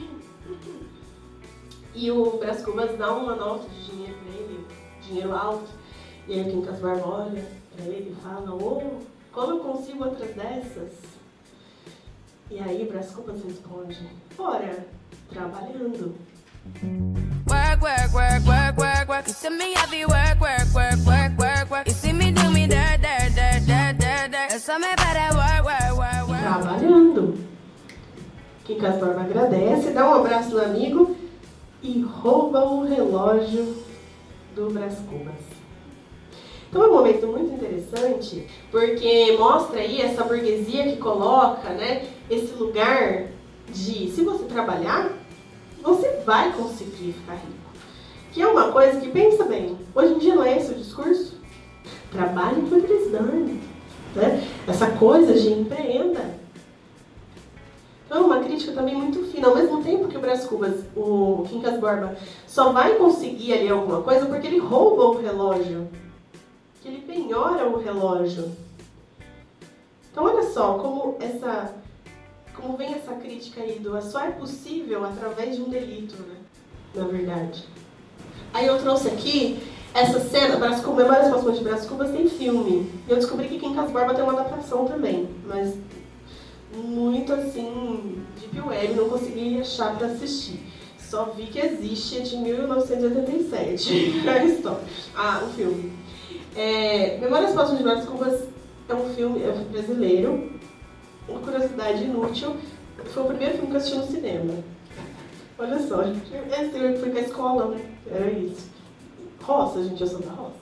E o Brás Cubas dá uma nota de dinheiro para ele, dinheiro alto. E aí o Quincas Borba olha para ele e fala, como eu consigo outras dessas? E aí o Brás Cubas responde, ora, trabalhando. Work, work, work, work, work, work. You see me heavy work, work, work, work, work, work. You see me do me dirt, dirt, dirt, dirt, dirt, dirt. You saw me better work, work, work, work. Trabalhando. Quincas Borba agradece, dá um abraço no amigo e rouba o relógio do Brás Cubas. Então é um momento muito interessante, porque mostra aí essa burguesia que coloca, né, esse lugar de, se você trabalhar, você vai conseguir ficar rico. Que é uma coisa que, pensa bem, hoje em dia não é esse o discurso? Trabalhe por precisando, né? Essa coisa de empreenda. Então é uma crítica também muito fina. Ao mesmo tempo que o Brás Cubas, o Quincas Borba, só vai conseguir ali alguma coisa porque ele rouba o relógio. Que ele penhora o relógio. Então olha só como vem essa crítica aí do só é possível através de um delito, né? Na verdade. Aí eu trouxe aqui essa cena, Brás Cubas, Memórias Póstumas de Brás Cubas tem filme. E eu descobri que Quincas Borba tem uma adaptação também, mas muito assim, deep web, não consegui achar para assistir. Só vi que existe, é de 1987, a história. O filme. Memórias Póstumas de Brás Cubas é um filme brasileiro. Uma curiosidade inútil, foi o primeiro filme que eu assisti no cinema. Olha só, eu fui com a escola, né? Era isso. Roça, gente, eu sou da roça.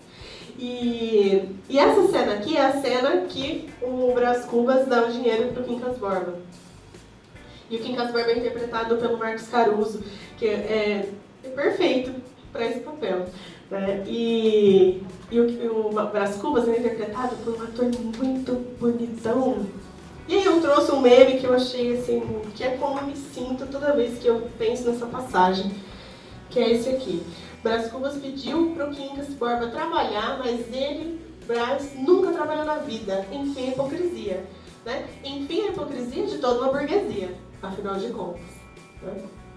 E essa cena aqui é a cena que o Brás Cubas dá o dinheiro pro Quincas Borba. E o Quincas Borba é interpretado pelo Marcos Caruso, que é perfeito para esse papel. Né? E o Brás Cubas é interpretado por um ator muito bonitão. E aí eu trouxe um meme que eu achei assim, que é como eu me sinto toda vez que eu penso nessa passagem, que é esse aqui. Brás Cubas pediu para o Quincas Borba trabalhar, mas ele, Brás, nunca trabalhou na vida. Enfim, a hipocrisia. Né? Enfim, a hipocrisia de toda uma burguesia, afinal de contas. Né?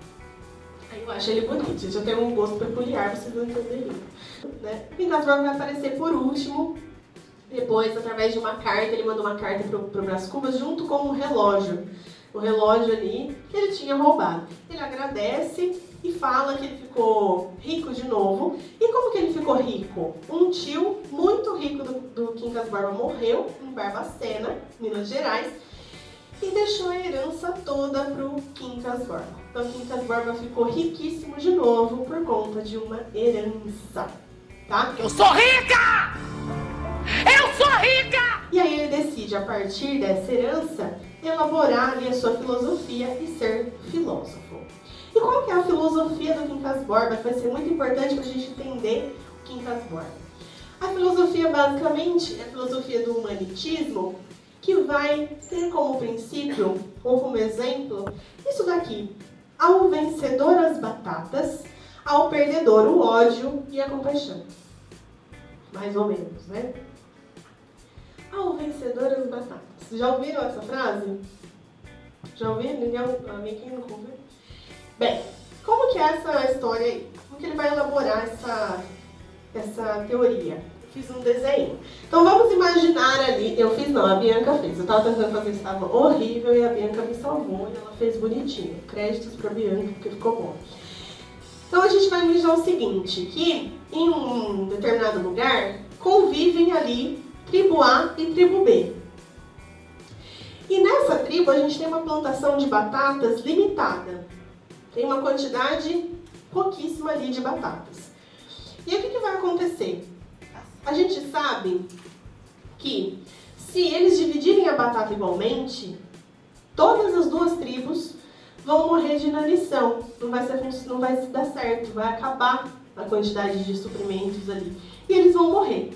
Aí eu acho ele bonito, gente, eu tenho um gosto peculiar, vocês vão entender isso. Né? O Quincas Borba vai aparecer por último. Depois, através de uma carta, ele manda uma carta pro Brás Cubas junto com um relógio. O relógio ali que ele tinha roubado. Ele agradece e fala que ele ficou rico de novo. E como que ele ficou rico? Um tio muito rico do Quincas Borba morreu em Barbacena, Minas Gerais, e deixou a herança toda pro Quincas Borba. Então, Quincas Borba ficou riquíssimo de novo por conta de uma herança. Tá? Eu sou rica! Eu sou rica! E aí ele decide, a partir dessa herança, elaborar ali a sua filosofia e ser filósofo. E qual que é a filosofia do Quincas Borba? Que vai ser muito importante para a gente entender o Quincas Borba. A filosofia, basicamente, é a filosofia do humanitismo, que vai ter como princípio, ou como exemplo, isso daqui. Ao vencedor as batatas, ao perdedor o ódio e a compaixão. Mais ou menos, né? Ao vencedor as batatas. Já ouviram essa frase? Já ouviram? Ninguém nunca ouviu? Bem, como que é essa história aí? Como que ele vai elaborar essa teoria? Eu fiz um desenho. Então vamos imaginar ali, a Bianca fez. Eu estava tentando fazer isso, estava horrível e a Bianca me salvou e ela fez bonitinho. Créditos para a Bianca, porque ficou bom. Então a gente vai imaginar o seguinte, que em um determinado lugar convivem ali tribo A e tribo B. E nessa tribo a gente tem uma plantação de batatas limitada. Tem uma quantidade pouquíssima ali de batatas. E aí o que vai acontecer? A gente sabe que se eles dividirem a batata igualmente, todas as duas tribos vão morrer de inanição. Não vai se dar certo, vai acabar a quantidade de suprimentos ali. E eles vão morrer.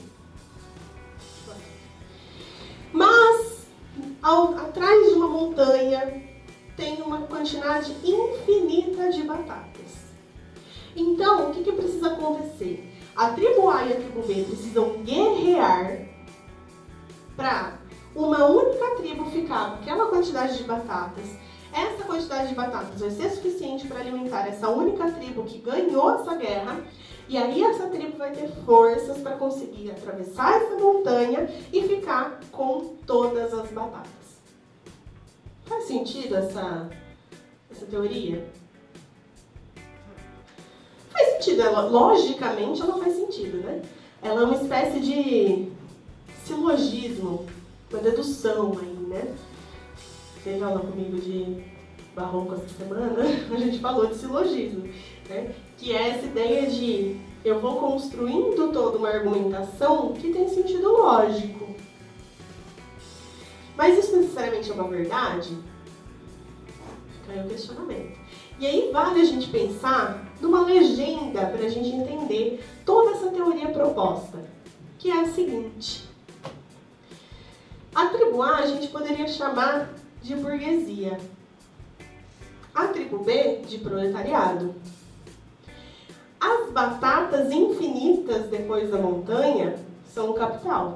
Mas, atrás de uma montanha, tem uma quantidade infinita de batatas. Então, o que precisa acontecer? A tribo A e a tribo B precisam guerrear para uma única tribo ficar com aquela quantidade de batatas. Essa quantidade de batatas vai ser suficiente para alimentar essa única tribo que ganhou essa guerra. E aí essa tribo vai ter forças para conseguir atravessar essa montanha e ficar com todas as batatas. Faz sentido essa teoria? Faz sentido. Logicamente ela faz sentido, né? Ela é uma espécie de silogismo, uma dedução aí, né? Teve aula comigo de barroco essa semana, a gente falou de silogismo, né? Que é essa ideia de eu vou construindo toda uma argumentação que tem sentido lógico. Mas isso necessariamente é uma verdade? Fica aí o questionamento. E aí vale a gente pensar numa legenda para a gente entender toda essa teoria proposta, que é a seguinte. A tribo A gente poderia chamar de burguesia. A tribo B de proletariado. As batatas infinitas depois da montanha são o capital.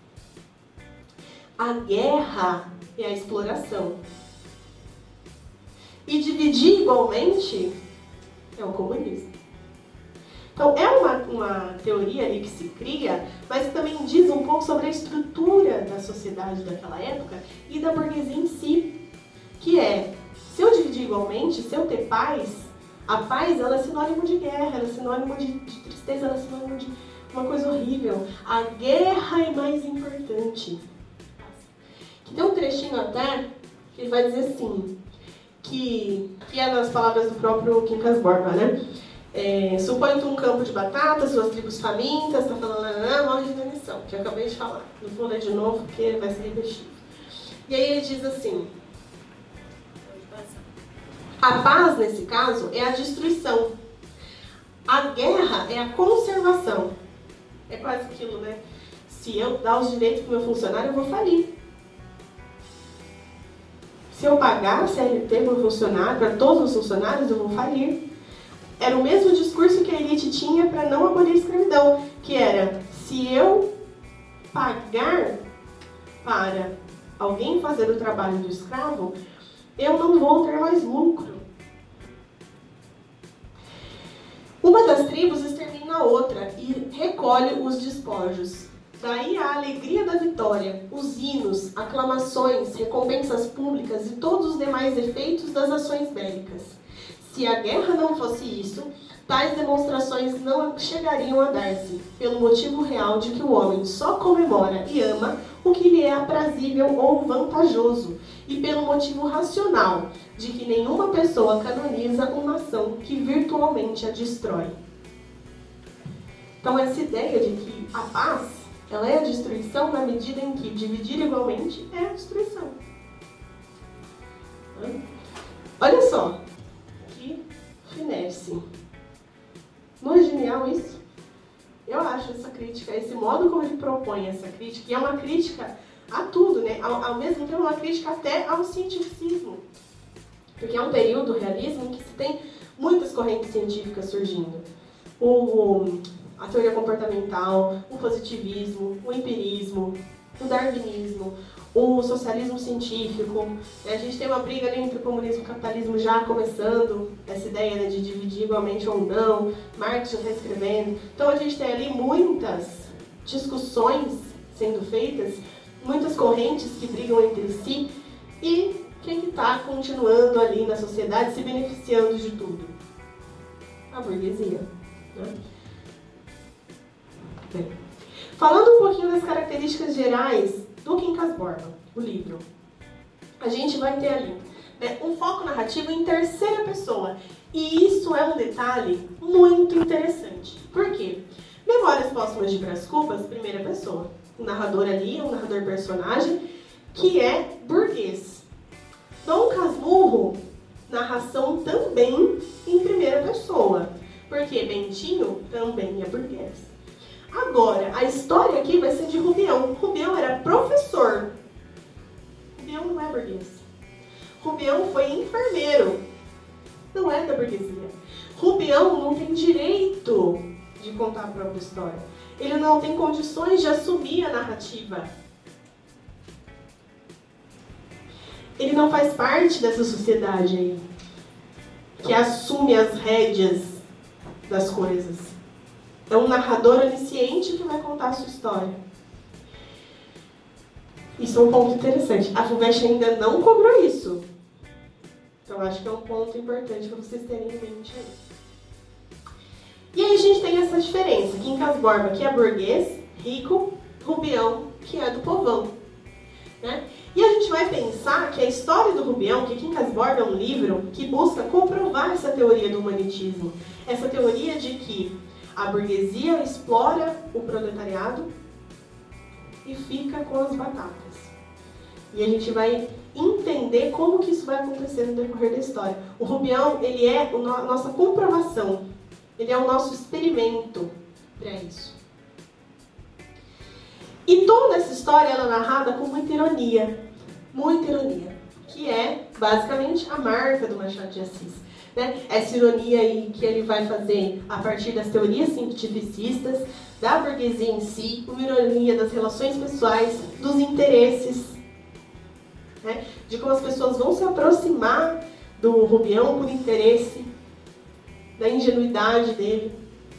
A guerra é a exploração. E dividir igualmente é o comunismo. Então é uma teoria ali que se cria, mas também diz um pouco sobre a estrutura da sociedade daquela época e da burguesia em si. Que é, se eu dividir igualmente, se eu ter paz, a paz ela é sinônimo de guerra, ela é sinônimo de tristeza, ela é sinônimo de uma coisa horrível. A guerra é mais importante. Que tem um trechinho até que ele vai dizer assim, que é nas palavras do próprio Quincas Borba, né? Suponho um campo de batatas, suas tribos famintas, tá falando, morre de inanição, que eu acabei de falar. Não vou ler de novo porque vai ser repetitivo. E aí ele diz assim, a paz, nesse caso, é a destruição. A guerra é a conservação. É quase aquilo, né? Se eu dar os direitos para o meu funcionário, eu vou falir. Se eu pagar a CLT para o funcionário, para todos os funcionários, eu vou falir. Era o mesmo discurso que a elite tinha para não abolir a escravidão, que era, se eu pagar para alguém fazer o trabalho do escravo, eu não vou ter mais lucro. Uma das tribos extermina a outra e recolhe os despojos. Daí a alegria da vitória, os hinos, aclamações, recompensas públicas e todos os demais efeitos das ações bélicas. Se a guerra não fosse isso, tais demonstrações não chegariam a dar-se, pelo motivo real de que o homem só comemora e ama o que lhe é aprazível ou vantajoso, e pelo motivo racional de que nenhuma pessoa canoniza uma ação que virtualmente a destrói. Então essa ideia de que a paz Ela é a destruição na medida em que dividir igualmente é a destruição. Olha só, que finesse. Não é genial isso? Eu acho essa crítica, esse modo como ele propõe essa crítica, e é uma crítica a tudo, né? Ao mesmo tempo, uma crítica até ao cientificismo. Porque é um período, o realismo, em que se tem muitas correntes científicas surgindo. A teoria comportamental, o positivismo, o empirismo, o darwinismo, o socialismo científico. A gente tem uma briga ali entre o comunismo e o capitalismo já começando, essa ideia, né, de dividir igualmente ou não, Marx já está escrevendo. Então a gente tem ali muitas discussões sendo feitas, muitas correntes que brigam entre si, e quem está continuando ali na sociedade se beneficiando de tudo? A burguesia. Né? Bem, falando um pouquinho das características gerais do Quincas Borba, o livro, a gente vai ter ali, né, um foco narrativo em terceira pessoa. E isso é um detalhe muito interessante. Por quê? Memórias Póstumas de Brás Cubas, primeira pessoa. O narrador ali é um narrador personagem que é burguês. Dom Casmurro, narração também em primeira pessoa. Porque Bentinho também é burguês. Agora, a história aqui vai ser de Rubião. Rubião era professor. Rubião não é burguês. Rubião foi enfermeiro. Não é da burguesia. Rubião não tem direito de contar a própria história. Ele não tem condições de assumir a narrativa. Ele não faz parte dessa sociedade aí, que assume as rédeas das coisas. É um narrador onisciente que vai contar a sua história. Isso é um ponto interessante. A FUVEST ainda não cobrou isso. Então, acho que é um ponto importante para vocês terem em mente aí. E aí a gente tem essa diferença. Quincas Borba, que é burguês, rico, Rubião, que é do povão. Né? E a gente vai pensar que a história do Rubião, que Quincas Borba é um livro que busca comprovar essa teoria do humanitismo. Essa teoria de que a burguesia explora o proletariado e fica com as batatas. E a gente vai entender como que isso vai acontecer no decorrer da história. O Rubião, ele é a nossa comprovação. Ele é o nosso experimento para isso. E toda essa história ela é narrada com muita ironia, que é basicamente a marca do Machado de Assis. Né? Essa ironia aí que ele vai fazer a partir das teorias cientificistas, da burguesia em si, uma ironia das relações pessoais, dos interesses, né? De como as pessoas vão se aproximar do Rubião por interesse, da ingenuidade dele.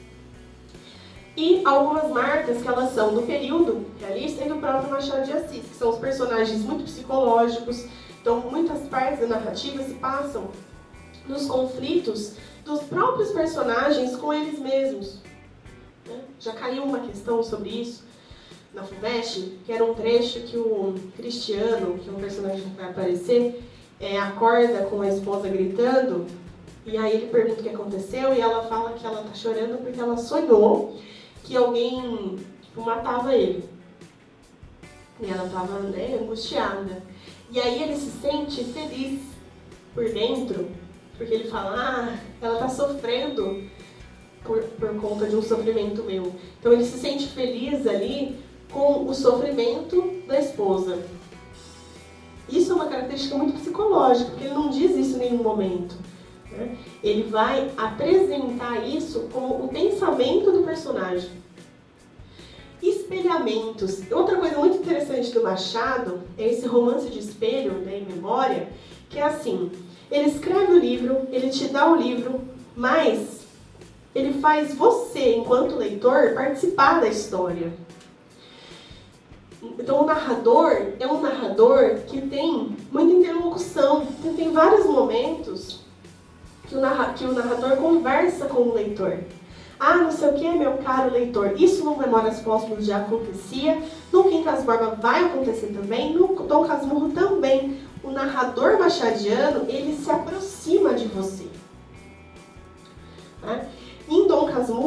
E algumas marcas que elas são do período realista e do próprio Machado de Assis, que são os personagens muito psicológicos. Então, muitas partes da narrativa se passam nos conflitos dos próprios personagens com eles mesmos. Né? Já caiu uma questão sobre isso na FUVEST, que era um trecho que o Cristiano, que é um personagem que vai aparecer, acorda com a esposa gritando, e aí ele pergunta o que aconteceu, e ela fala que ela está chorando porque ela sonhou que alguém matava ele. E ela estava, né, angustiada. E aí ele se sente feliz por dentro, porque ele fala, ela está sofrendo por conta de um sofrimento meu. Então ele se sente feliz ali com o sofrimento da esposa. Isso é uma característica muito psicológica, porque ele não diz isso em nenhum momento. Né? Ele vai apresentar isso como o pensamento do personagem. Espelhamentos. Outra coisa muito interessante do Machado é esse romance de espelho, né, em memória, que é assim, ele escreve o livro, ele te dá o livro, mas ele faz você, enquanto leitor, participar da história. Então o narrador é um narrador que tem muita interlocução. Então, tem vários momentos que o narrador conversa com o leitor. Não sei o que, meu caro leitor. Isso no Memórias Póstumas já acontecia. No Quincas Borba vai acontecer também. No Dom Casmurro também. O narrador machadiano, ele se aproxima de você. Né? Em Dom Casmurro, isso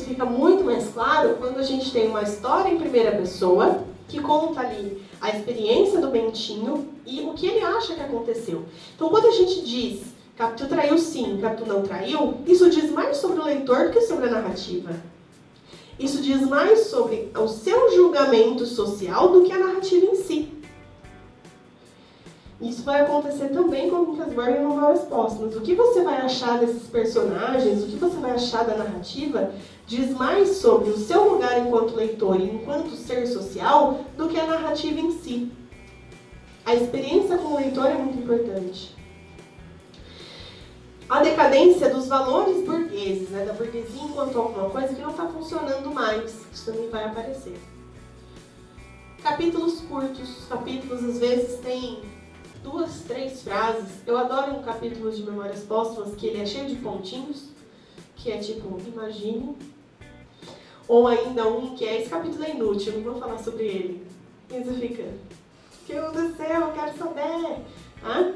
fica muito mais claro quando a gente tem uma história em primeira pessoa, que conta ali a experiência do Bentinho e o que ele acha que aconteceu. Então, quando a gente diz Capitu traiu sim, Capitu não traiu, isso diz mais sobre o leitor do que sobre a narrativa. Isso diz mais sobre o seu julgamento social do que a narrativa em si. Isso vai acontecer também com o Quincas Borba em Memórias Póstumas. O que você vai achar desses personagens, o que você vai achar da narrativa, diz mais sobre o seu lugar enquanto leitor e enquanto ser social do que a narrativa em si. A experiência com o leitor é muito importante. A decadência dos valores burgueses, né, da burguesia enquanto alguma coisa que não está funcionando mais. Isso também vai aparecer. Capítulos curtos. Capítulos, às vezes, têm 2, 3 frases. Eu adoro um capítulo de Memórias Póstumas que ele é cheio de pontinhos, que é tipo, imagine. Ou ainda um que é, esse capítulo é inútil, eu não vou falar sobre ele. E você fica, o que aconteceu? Eu quero saber. Hã?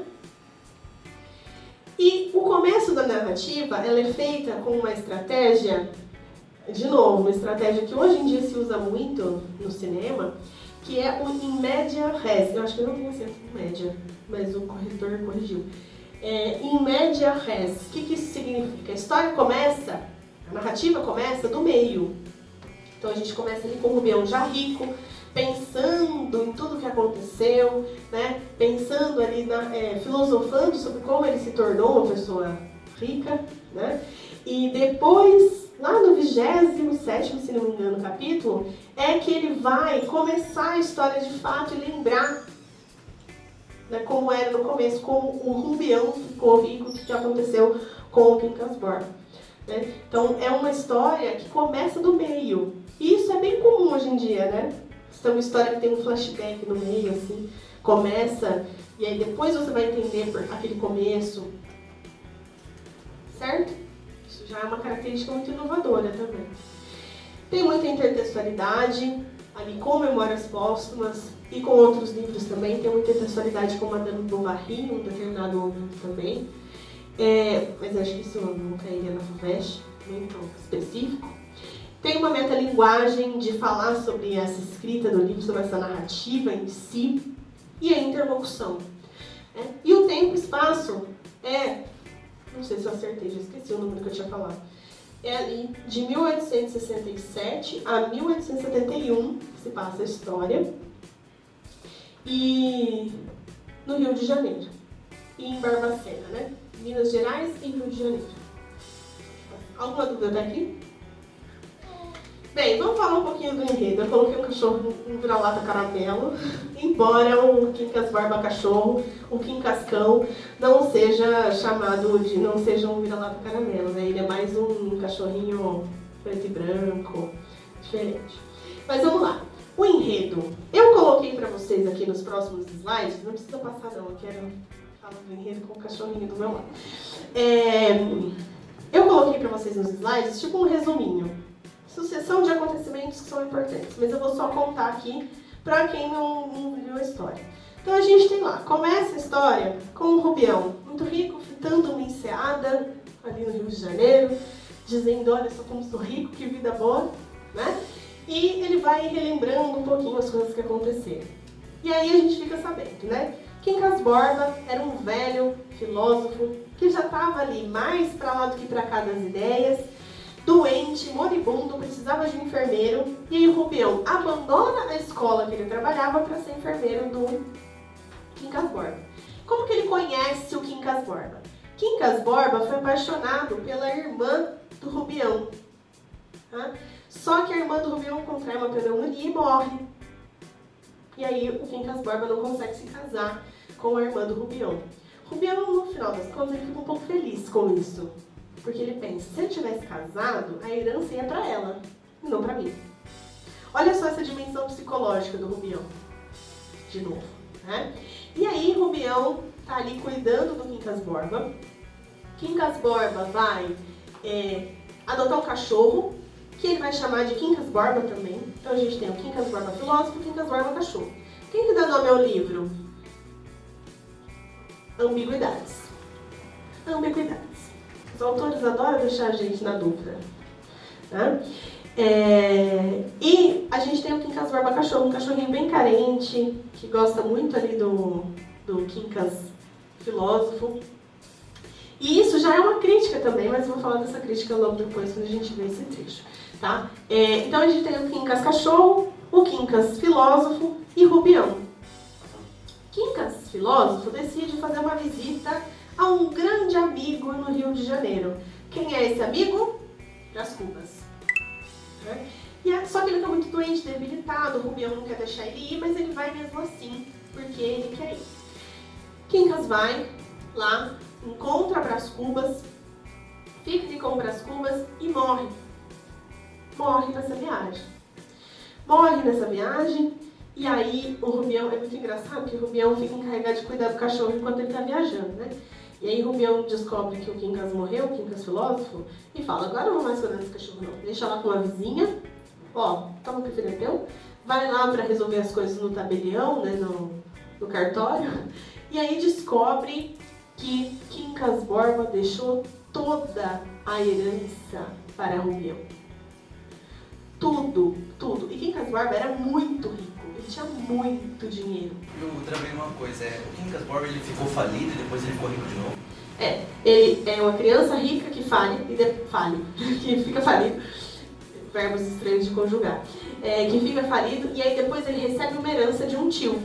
E o começo da narrativa, ela é feita com uma estratégia, de novo, uma estratégia que hoje em dia se usa muito no cinema, que é o in media res. Eu acho que eu não tenho acento em média, mas o corretor corrigiu. In media res. O que isso significa? A história começa, a narrativa começa do meio. Então a gente começa ali com o Rubião já rico, pensando em tudo que aconteceu, né? Pensando ali, filosofando sobre como ele se tornou uma pessoa rica, né? E depois, lá no 27º, se não me engano, capítulo, é que ele vai começar a história de fato e lembrar, né, como era no começo, como o Rubião ficou rico, o que aconteceu com o Quincas Borba. Né? Então é uma história que começa do meio. E isso é bem comum hoje em dia, né? Isso é uma história que tem um flashback no meio, assim, começa, e aí depois você vai entender por aquele começo. Certo? Isso já é uma característica muito inovadora também. Tem muita intertextualidade, ali com Memórias Póstumas e com outros livros também. Tem muita intertextualidade com Madame Bovary, em um determinado momento também. Mas acho que isso não cairia na FUVEST, muito específico. Tem uma metalinguagem de falar sobre essa escrita do livro, sobre essa narrativa em si, e a interlocução. E o tempo e espaço não sei se eu acertei, já esqueci o número que eu tinha falado. É ali de 1867 a 1871 que se passa a história. E no Rio de Janeiro. E em Barbacena, né? Minas Gerais e Rio de Janeiro. Alguma dúvida daqui? Bem, vamos falar um pouquinho do enredo. Eu coloquei um cachorro, um vira-lata caramelo, embora o Quincas Borba cachorro, o Quincascão, não seja chamado de, não seja um vira-lata caramelo, né? Ele é mais um cachorrinho preto e branco, diferente. Mas vamos lá. O enredo. Eu coloquei para vocês aqui nos próximos slides, não precisa passar não, eu quero falar do enredo com o cachorrinho do meu lado. Eu coloquei para vocês nos slides tipo um resuminho. Sucessão de acontecimentos que são importantes, mas eu vou só contar aqui para quem não viu a história. Então a gente tem lá, começa a história com um Rubião muito rico, fitando uma enseada ali no Rio de Janeiro, dizendo, olha só como sou rico, que vida boa, né? E ele vai relembrando um pouquinho as coisas que aconteceram. E aí a gente fica sabendo, né? Quincas Borba era um velho filósofo que já estava ali mais para lá do que para cá das ideias, doente, moribundo, precisava de um enfermeiro, e aí o Rubião abandona a escola que ele trabalhava para ser enfermeiro do Quincas Borba. Como que ele conhece o Quincas Borba? Quincas Borba foi apaixonado pela irmã do Rubião. Tá? Só que a irmã do Rubião contrai uma pneumonia e morre. E aí o Quincas Borba não consegue se casar com a irmã do Rubião. Rubião, no final das contas, ele fica um pouco feliz com isso. Porque ele pensa, se ele tivesse casado, a herança ia para ela, e não para mim. Olha só essa dimensão psicológica do Rubião. De novo, né? E aí, Rubião tá ali cuidando do Quincas Borba. Quincas Borba vai adotar um cachorro, que ele vai chamar de Quincas Borba também. Então a gente tem o Quincas Borba filósofo e o Quincas Borba cachorro. Quem que dá nome ao livro? Ambiguidades. Ambiguidades. Os autores adoram deixar a gente na dúvida. Tá? E a gente tem o Quincas Borba cachorro, um cachorrinho bem carente, que gosta muito ali do Quincas filósofo. E isso já é uma crítica também, mas eu vou falar dessa crítica logo depois, quando a gente vê esse trecho. Tá? Então a gente tem o Quincas cachorro, o Quincas filósofo e Rubião. Quincas filósofo decide fazer uma visita a um grande amigo no Rio de Janeiro. Quem é esse amigo? Brás Cubas. Só que ele está muito doente, debilitado, o Rubião não quer deixar ele ir, mas ele vai mesmo assim, porque ele quer ir. Quincas vai lá, encontra Brás Cubas, fica ali com Brás Cubas e morre. Morre nessa viagem. E aí o Rubião, é muito engraçado que o Rubião fica encarregado de cuidar do cachorro enquanto ele está viajando, né? E aí o Rubião descobre que o Quincas morreu, o Quincas filósofo, e fala, agora eu não vou mais cuidar desse cachorro não. Deixa lá com uma vizinha, ó, toma o que filho é teu, vai lá para resolver as coisas no tabelião, né, no cartório, e aí descobre que Quincas Borba deixou toda a herança para Rubião. Tudo. E Quincas Borba era muito rico. Ele tinha muito dinheiro. E também uma coisa, o Quincas Borba ele ficou falido e depois ele ficou rico de novo? Ele é uma criança rica que que fica falido, verbos estranhos de conjugar, que fica falido e aí depois ele recebe uma herança de um tio.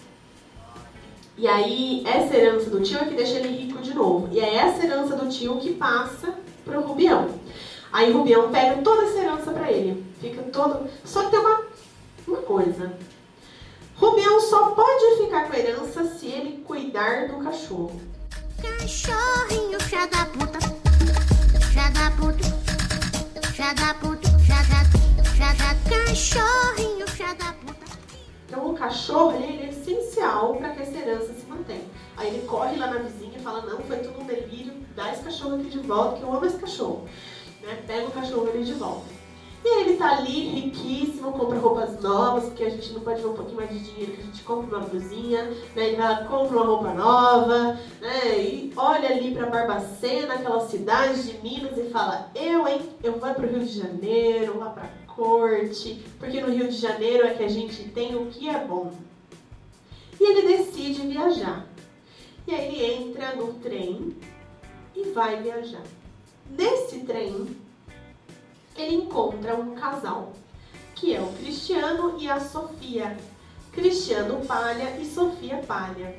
E aí essa herança do tio é que deixa ele rico de novo. E é essa herança do tio que passa pro Rubião. Aí o Rubião pega toda essa herança pra ele. Fica todo... Só que tem uma coisa. Rubião só pode ficar com a herança se ele cuidar do cachorro. Cachorrinho, filha da puta. Filha da puta. Filha da puta. Cachorrinho, filha da puta. Então o cachorro ele é essencial para que essa herança se mantenha. Aí ele corre lá na vizinha e fala, não, foi tudo um delírio, dá esse cachorro aqui de volta, que eu amo esse cachorro. Né? Pega o cachorro ali de volta. E aí ele tá ali, riquíssimo, compra roupas novas, porque a gente não pode ver um pouquinho mais de dinheiro, que a gente compra uma blusinha, né? Ele vai lá, compra uma roupa nova, né? E olha ali pra Barbacena, aquela cidade de Minas, e fala, eu vou pro Rio de Janeiro, lá pra corte, porque no Rio de Janeiro é que a gente tem o que é bom. E ele decide viajar. E aí ele entra no trem e vai viajar. Nesse trem, ele encontra um casal, que é o Cristiano e a Sofia. Cristiano Palha e Sofia Palha.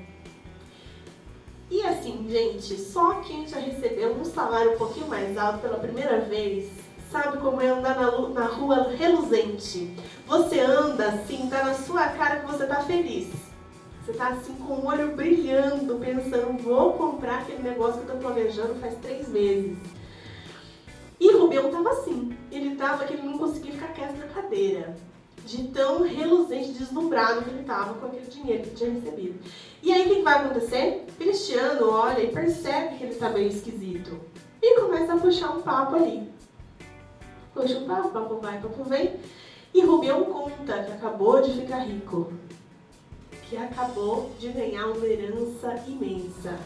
E assim, gente, só quem já recebeu um salário um pouquinho mais alto pela primeira vez sabe como é andar na rua reluzente. Você anda assim, tá na sua cara que você tá feliz. Você tá assim com o olho brilhando, pensando, vou comprar aquele negócio que eu tô planejando faz 3 meses. E o Rubião tava assim, ele tava que ele não conseguia ficar quieto na cadeira, de tão reluzente, deslumbrado que ele tava com aquele dinheiro que ele tinha recebido. E aí o que vai acontecer? Cristiano olha e percebe que ele tá meio esquisito e começa a puxar um papo ali. Puxa um papo, papo vai, papo vem, e Rubião conta que acabou de ficar rico, que acabou de ganhar uma herança imensa.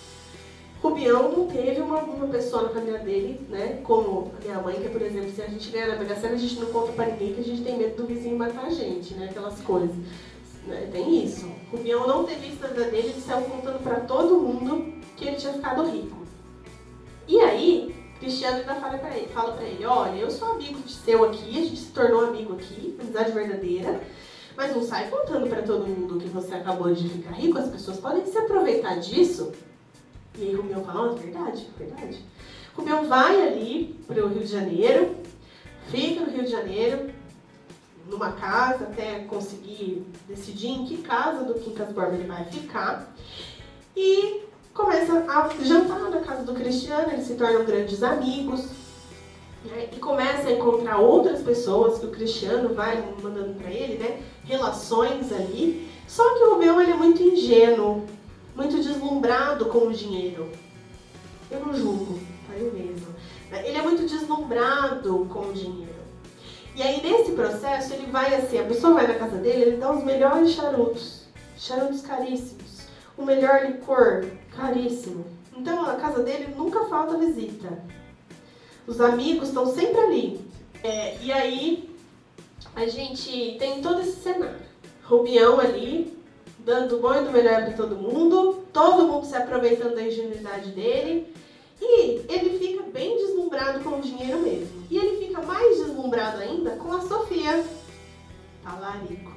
Rubião não teve uma pessoa na família dele, né, como a minha mãe, que, por exemplo, se a gente ganhar na Mega Sena, a gente não conta pra ninguém que a gente tem medo do vizinho matar a gente, né, aquelas coisas. Né, tem isso. Rubião não teve isso na vida dele, ele saiu contando pra todo mundo que ele tinha ficado rico. E aí, Cristiano ainda fala pra ele, olha, eu sou amigo seu aqui, a gente se tornou amigo aqui, amizade verdadeira, mas não sai contando pra todo mundo que você acabou de ficar rico, as pessoas podem se aproveitar disso. E aí Rubião fala, verdade. Rubião vai ali pro Rio de Janeiro, fica no Rio de Janeiro, numa casa, até conseguir decidir em que casa do Quincas Borba ele vai ficar. E começa a jantar na casa do Cristiano, eles se tornam grandes amigos. Né? E começa a encontrar outras pessoas que o Cristiano vai mandando pra ele, né? Relações ali. Só que o Rubião ele é muito ingênuo, muito deslumbrado com o dinheiro. Eu não julgo, tá? Eu mesmo. Ele é muito deslumbrado com o dinheiro. E aí, nesse processo, ele vai assim, a pessoa vai na casa dele, ele dá os melhores charutos caríssimos, o melhor licor, caríssimo. Então, a casa dele nunca falta visita. Os amigos estão sempre ali, E aí, a gente tem todo esse cenário. Rubião ali, dando o bom e do melhor para todo mundo se aproveitando da ingenuidade dele, e ele fica bem deslumbrado com o dinheiro mesmo. E ele fica mais deslumbrado ainda com a Sofia. Talarico,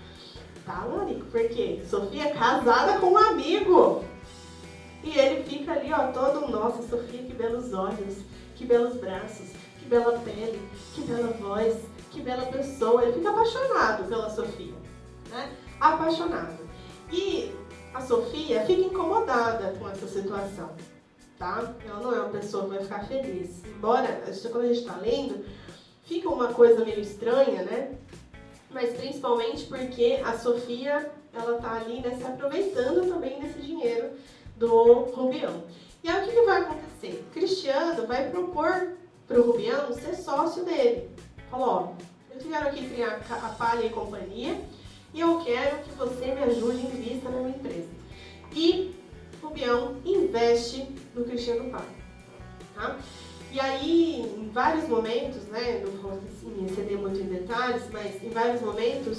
porque Sofia é casada com um amigo. E ele fica ali, ó, todo, nossa, Sofia, que belos olhos, que belos braços, que bela pele, que bela voz, que bela pessoa. Ele fica apaixonado pela Sofia, né? Apaixonado. E a Sofia fica incomodada com essa situação, tá? Ela não é uma pessoa que vai ficar feliz. Embora, quando a gente está lendo, fica uma coisa meio estranha, né? Mas principalmente porque a Sofia, ela tá ali, né, se aproveitando também desse dinheiro do Rubião. E aí o que vai acontecer? Cristiano vai propor pro Rubião ser sócio dele. Falou, ó, eu quero aqui criar a Palha e Companhia e eu quero que você me ajude e invista na minha empresa. E Rubião investe no Cristiano Palha, tá? E aí, em vários momentos, né, não vou me exceder muito em detalhes, mas em vários momentos,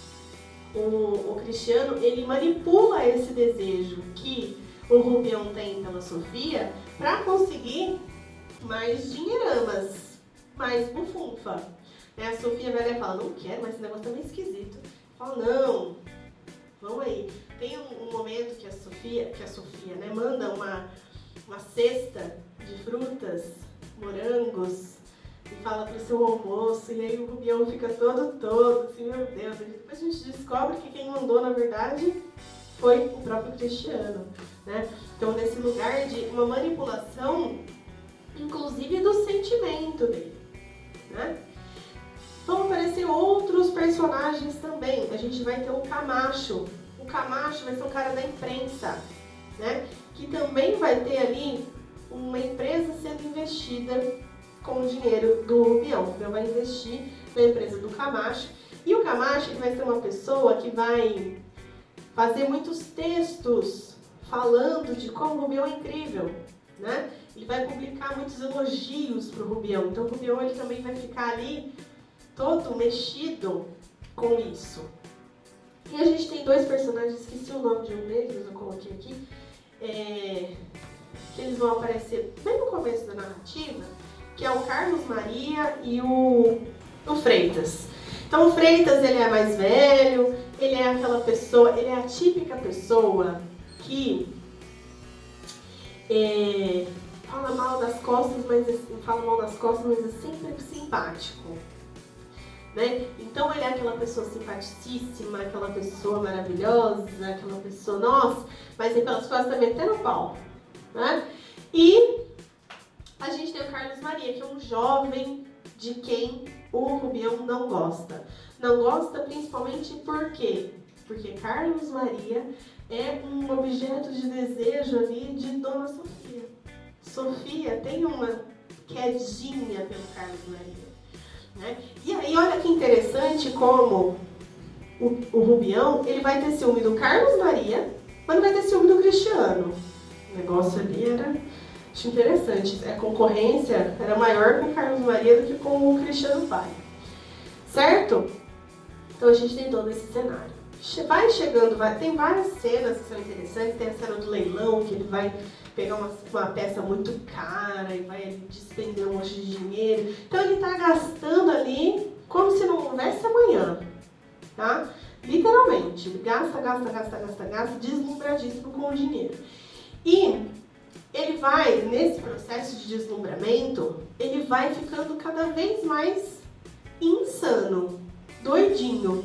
o Cristiano, ele manipula esse desejo que o Rubião tem pela Sofia para conseguir mais dinheiramas, mais bufunfa. A Sofia vai lá e fala, não quero, mas esse negócio tá meio esquisito. Fala, não, vamos aí. Tem um momento que a Sofia, né, manda uma cesta de frutas, morangos, e fala pro seu almoço, e aí o Rubião fica todo, assim, meu Deus. E depois a gente descobre que quem mandou, na verdade, foi o próprio Cristiano, né? Então, nesse lugar de uma manipulação, inclusive do sentimento dele, né? Vão aparecer outros personagens também. A gente vai ter o Camacho. O Camacho vai ser um cara da imprensa, né? Que também vai ter ali uma empresa sendo investida com o dinheiro do Rubião. O Rubião vai investir na empresa do Camacho. E o Camacho, ele vai ser uma pessoa que vai fazer muitos textos falando de como o Rubião é incrível, né? Ele vai publicar muitos elogios para o Rubião. Então o Rubião, ele também vai ficar ali todo mexido com isso. E a gente tem dois personagens, esqueci o nome de um deles, mas eu coloquei aqui, que eles vão aparecer bem no começo da narrativa, que é o Carlos Maria e o Freitas. Então o Freitas, ele é mais velho, ele é aquela pessoa, ele é a típica pessoa que fala mal das costas, mas é sempre simpático, né? Então ele é aquela pessoa simpaticíssima, aquela pessoa maravilhosa, aquela pessoa, nossa, mas aí pelas costas também até no pau, né? E a gente tem o Carlos Maria, que é um jovem de quem o Rubião não gosta. Não gosta principalmente por quê? Porque Carlos Maria é um objeto de desejo ali de Dona Sofia. Sofia tem uma quedinha pelo Carlos Maria, né? E aí olha que interessante como o Rubião, ele vai ter ciúme do Carlos Maria, mas não vai ter ciúme do Cristiano. O negócio ali era, acho interessante, a concorrência era maior com o Carlos Maria do que com o Cristiano Palha, certo? Então a gente tem todo esse cenário. Vai chegando, tem várias cenas que são interessantes. Tem a cena do leilão, que ele vai pegar uma peça muito cara e vai despender um monte de dinheiro. Então ele está gastando ali como se não houvesse amanhã, tá? Literalmente, gasta, deslumbradíssimo com o dinheiro. E ele vai, nesse processo de deslumbramento, ele vai ficando cada vez mais insano, doidinho.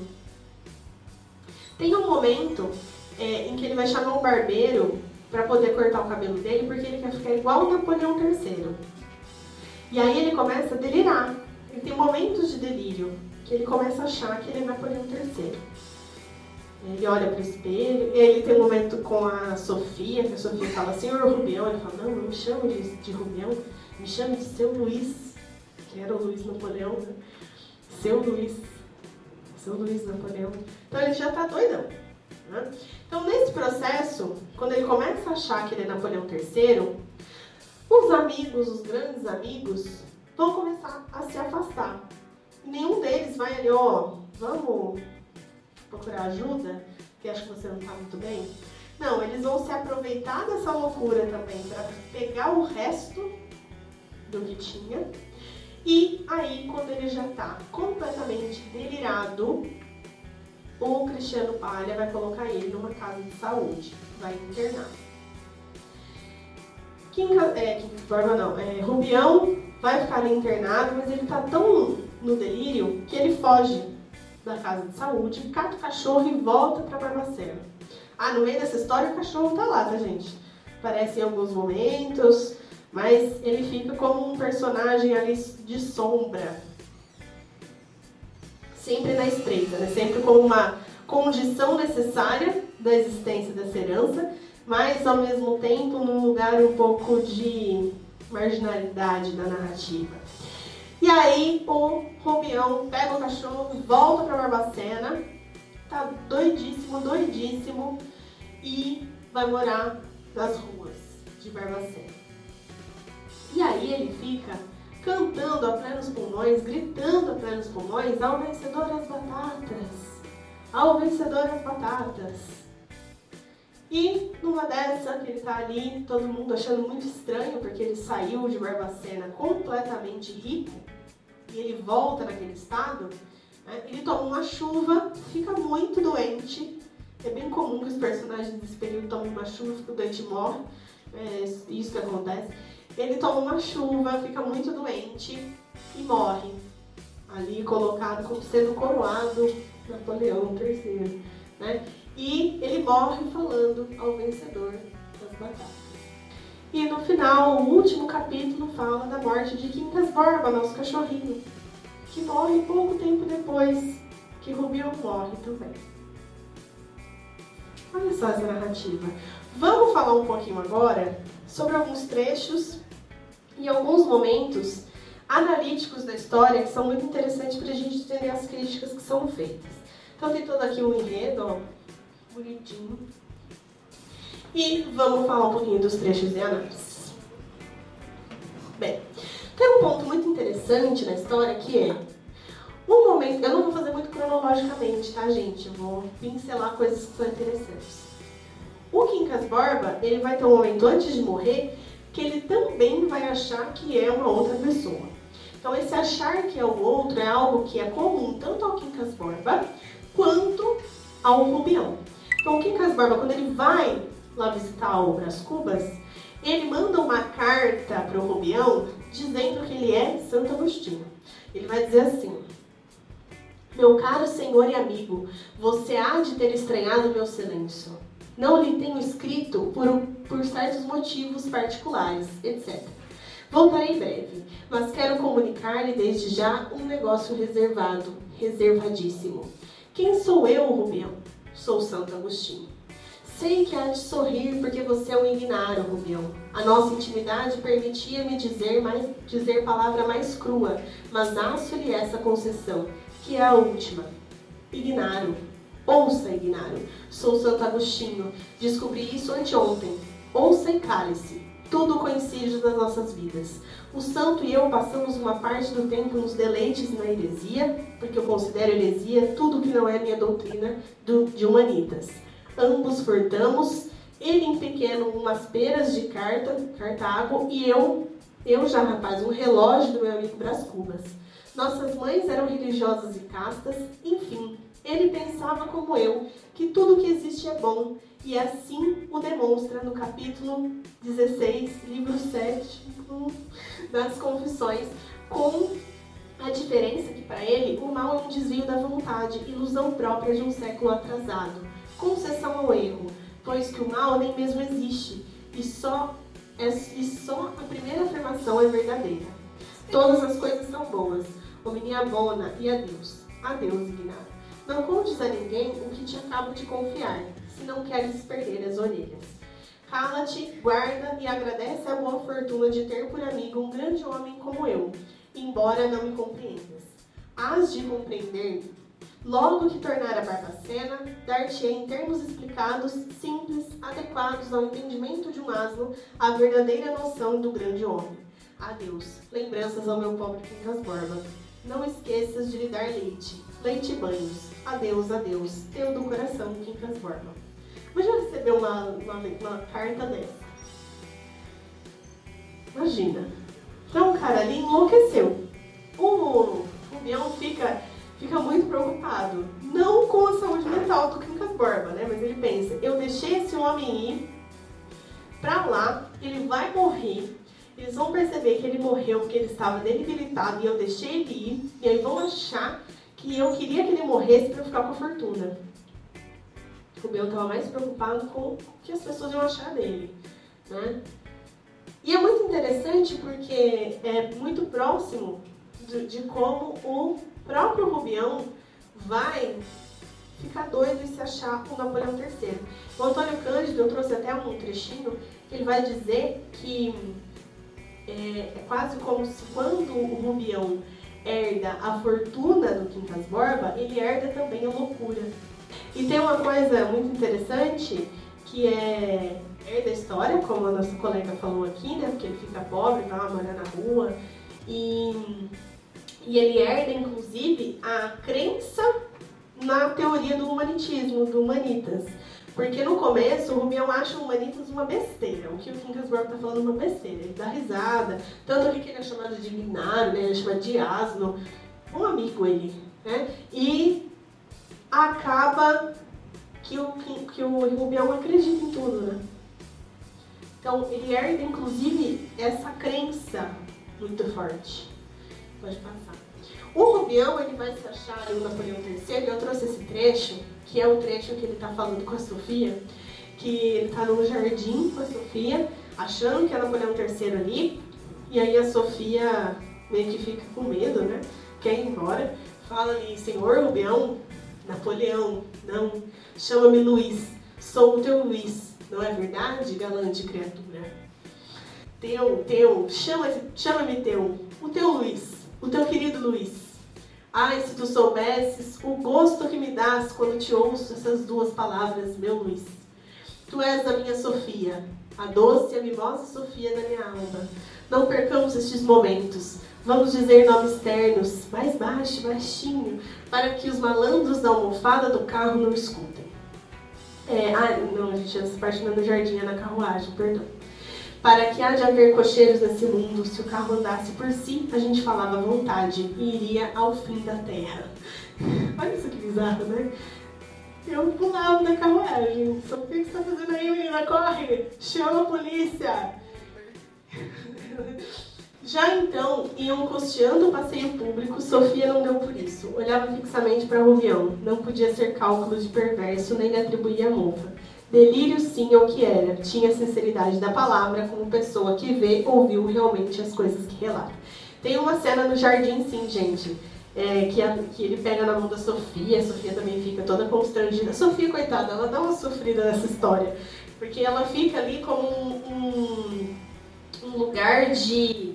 Tem um momento em que ele vai chamar um barbeiro para poder cortar o cabelo dele, porque ele quer ficar igual o Napoleão III. E aí ele começa a delirar. Ele tem momentos de delírio, que ele começa a achar que ele é Napoleão III. Ele olha para o espelho, e ele tem um momento com a Sofia, que a Sofia fala, Senhor Rubião, ele fala, não me chame de Rubião, me chame de Seu Luiz, que era o Luiz Napoleão, né? Seu Luiz Napoleão. Então ele já está doidão, né? Então nesse processo, quando ele começa a achar que ele é Napoleão III, os amigos, os grandes amigos, vão começar a se afastar. Nenhum deles vai ali, ó, vamos procurar ajuda, que acho que você não tá muito bem. Não, eles vão se aproveitar dessa loucura também para pegar o resto do que tinha. E aí, quando ele já tá completamente delirado, o Cristiano Palha vai colocar ele numa casa de saúde, vai internar. Rubião vai ficar ali internado, mas ele tá tão no delírio que ele foge da casa de saúde, cata o cachorro e volta pra Barbacena. No meio dessa história o cachorro tá lá, tá, gente? Aparece em alguns momentos, mas ele fica como um personagem ali de sombra. Sempre na espreita, né? Sempre como uma condição necessária da existência dessa herança, mas ao mesmo tempo num lugar um pouco de marginalidade da narrativa. E aí o Rubião pega o cachorro, volta para Barbacena, tá doidíssimo, e vai morar nas ruas de Barbacena. E aí ele fica cantando a plenos pulmões, gritando a plenos pulmões: ao vencedor as batatas! Ao vencedor as batatas! E numa dessa que ele tá ali, todo mundo achando muito estranho, porque ele saiu de Barbacena completamente rico, e ele volta naquele estado, né? Ele toma uma chuva, fica muito doente. É bem comum que os personagens desse período tomem uma chuva, fica doente e morre. É isso que acontece. Ele toma uma chuva, fica muito doente e morre. Ali colocado como sendo coroado Napoleão III, né? E ele morre falando ao vencedor das batalhas. E no final, o último capítulo fala da morte de Quincas Borba, nosso cachorrinho, que morre pouco tempo depois que Rubião morre também. Olha só essa narrativa. Vamos falar um pouquinho agora sobre alguns trechos e alguns momentos analíticos da história que são muito interessantes para a gente entender as críticas que são feitas. Então tem todo aqui um enredo, ó, bonitinho. E vamos falar um pouquinho dos trechos e análises. Bem, tem um ponto muito interessante na história que é um momento. Eu não vou fazer muito cronologicamente, tá, gente? Eu vou pincelar coisas que são interessantes. O Quincas Borba, ele vai ter um momento antes de morrer que ele também vai achar que é uma outra pessoa. Então, esse achar que é o outro é algo que é comum tanto ao Quincas Borba quanto ao Rubião. Então, o Quincas Borba, quando ele vai lá visitar o Brás Cubas, ele manda uma carta para o Rubião dizendo que ele é Santo Agostinho. Ele vai dizer assim: meu caro senhor e amigo, você há de ter estranhado meu silêncio. Não lhe tenho escrito por certos motivos particulares, etc. Voltarei breve, mas quero comunicar-lhe desde já um negócio reservadíssimo. Quem sou eu, Rubião? Sou Santo Agostinho. Sei que há de sorrir porque você é um ignaro, Rubião. A nossa intimidade permitia-me dizer palavra mais crua, mas nasce-lhe essa concessão, que é a última. Ignaro. Ouça, Ignaro. Sou Santo Agostinho. Descobri isso anteontem. Ouça e cale-se. Tudo coincide das nossas vidas. O santo e eu passamos uma parte do tempo nos deleites na heresia, porque eu considero heresia tudo que não é minha doutrina de humanitas. Ambos furtamos, ele em pequeno umas peras de Cartago e eu já, rapaz, um relógio do meu amigo Brás Cubas. Nossas mães eram religiosas e castas, enfim, ele pensava como eu, que tudo que existe é bom, e assim o demonstra no capítulo 16, livro 7 das Confissões, com a diferença que para ele o mal é um desvio da vontade, ilusão própria de um século atrasado, concessão ao erro, pois que o mal nem mesmo existe, e só a primeira afirmação é verdadeira. Todas as coisas são boas, omnia bona e adeus. Adeus, Ignaro. Não contes a ninguém o que te acabo de confiar, se não queres perder as orelhas. Cala-te, guarda e agradece a boa fortuna de ter por amigo um grande homem como eu, embora não me compreendas. Hás de compreender-me. Logo que tornar a Barbacena, dar-te-ei em termos explicados, simples, adequados ao entendimento de um asno, a verdadeira noção do grande homem. Adeus. Lembranças ao meu pobre Quincas Borba. não esqueças de lhe dar leite e banhos. Adeus, adeus, teu do coração, Quincas Borba. Mas já recebeu uma carta dessa? Imagina. Então o cara ali enlouqueceu. O Rubião fica muito preocupado. Não com a saúde mental do Quincas Borba, né? Mas ele pensa, eu deixei esse homem ir pra lá, ele vai morrer. Eles vão perceber que ele morreu porque ele estava debilitado e eu deixei ele ir. E aí vão achar que eu queria que ele morresse para eu ficar com a fortuna. O Rubião estava mais preocupado com o que as pessoas iam achar dele, né? E é muito interessante porque é muito próximo de como o próprio Rubião vai ficar doido e se achar o Napoleão III. O Antônio Cândido, eu trouxe até um trechinho, que ele vai dizer que é quase como se quando o Rubião herda a fortuna do Quincas Borba, ele herda também a loucura. E tem uma coisa muito interessante, que é herda a história, como a nossa colega falou aqui, né? Porque ele fica pobre, vai lá morar na rua. E ele herda, inclusive, a crença na teoria do humanitismo, do Humanitas. Porque no começo o Rubião acha o Humanitas uma besteira. O que o Quincas Borba está falando é uma besteira. Ele dá risada. Tanto que ele é chamado de Minário, né? Ele é chamado de asno. Um amigo ele, né? E acaba que o Rubião acredita em tudo, né? Então ele herda, inclusive, essa crença muito forte. Pode passar. O Rubião, ele vai se achar o Napoleão III. Eu trouxe esse trecho, que é o trecho que ele está falando com a Sofia, que ele está no jardim com a Sofia, achando que é Napoleão III ali, e aí a Sofia meio que fica com medo, né? Quer ir embora. Fala ali, senhor Rubião, Napoleão, não, chama-me Luiz, sou o teu Luiz, não é verdade, galante criatura? Chama-me o teu Luiz, o teu querido Luiz. Ai, se tu soubesses o gosto que me dás quando te ouço essas duas palavras, meu Luiz. Tu és a minha Sofia, a doce e a mimosa Sofia da minha alma. Não percamos estes momentos. Vamos dizer nomes ternos, mais baixo, baixinho, para que os malandros da almofada do carro não escutem. Não, gente, essa parte não é no jardim, é na carruagem, perdão. Para que há de haver cocheiros nesse mundo, se o carro andasse por si, a gente falava à vontade e iria ao fim da terra. Olha isso que bizarro, né? Eu pulava na carruagem. Só o que você está fazendo aí, menina? Corre! Chama a polícia! Já então, iam costeando o passeio público, Sofia não deu por isso. Olhava fixamente para Rubião. Não podia ser cálculo de perverso, nem lhe atribuía mofa. Delírio sim é o que era. Tinha a sinceridade da palavra, como pessoa que vê, ouviu realmente as coisas que relata. Tem uma cena no jardim, sim, gente, que ele pega na mão da Sofia. A Sofia também fica toda constrangida. A Sofia, coitada, ela dá uma sofrida nessa história. Porque ela fica ali como um lugar de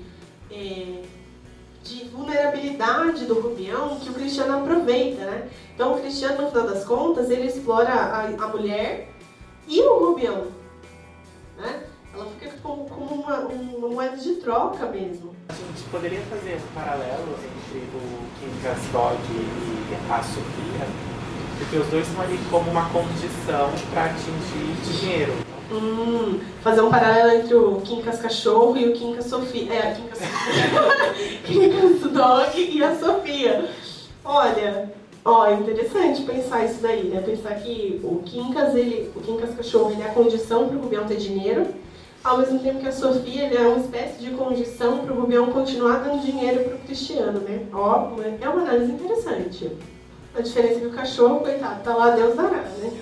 vulnerabilidade do Rubião que o Cristiano aproveita, né? Então o Cristiano, no final das contas, ele explora a mulher e o Rubião, né? Ela fica como uma moeda de troca mesmo. A gente poderia fazer um paralelo entre o Quincas Dog e a Sofia, porque os dois estão ali como uma condição para atingir dinheiro. Fazer um paralelo entre o Quincas Cachorro e o Quincas Sofia. Quincas Dog e a Sofia. Olha, é interessante pensar isso daí, né? Pensar que o Quincas Cachorro, ele é a condição para o Rubião ter dinheiro, ao mesmo tempo que a Sofia, ele é uma espécie de condição para o Rubião continuar dando dinheiro para o Cristiano, né? É uma análise interessante. A diferença é que o cachorro, coitado, tá lá, Deus dará, né?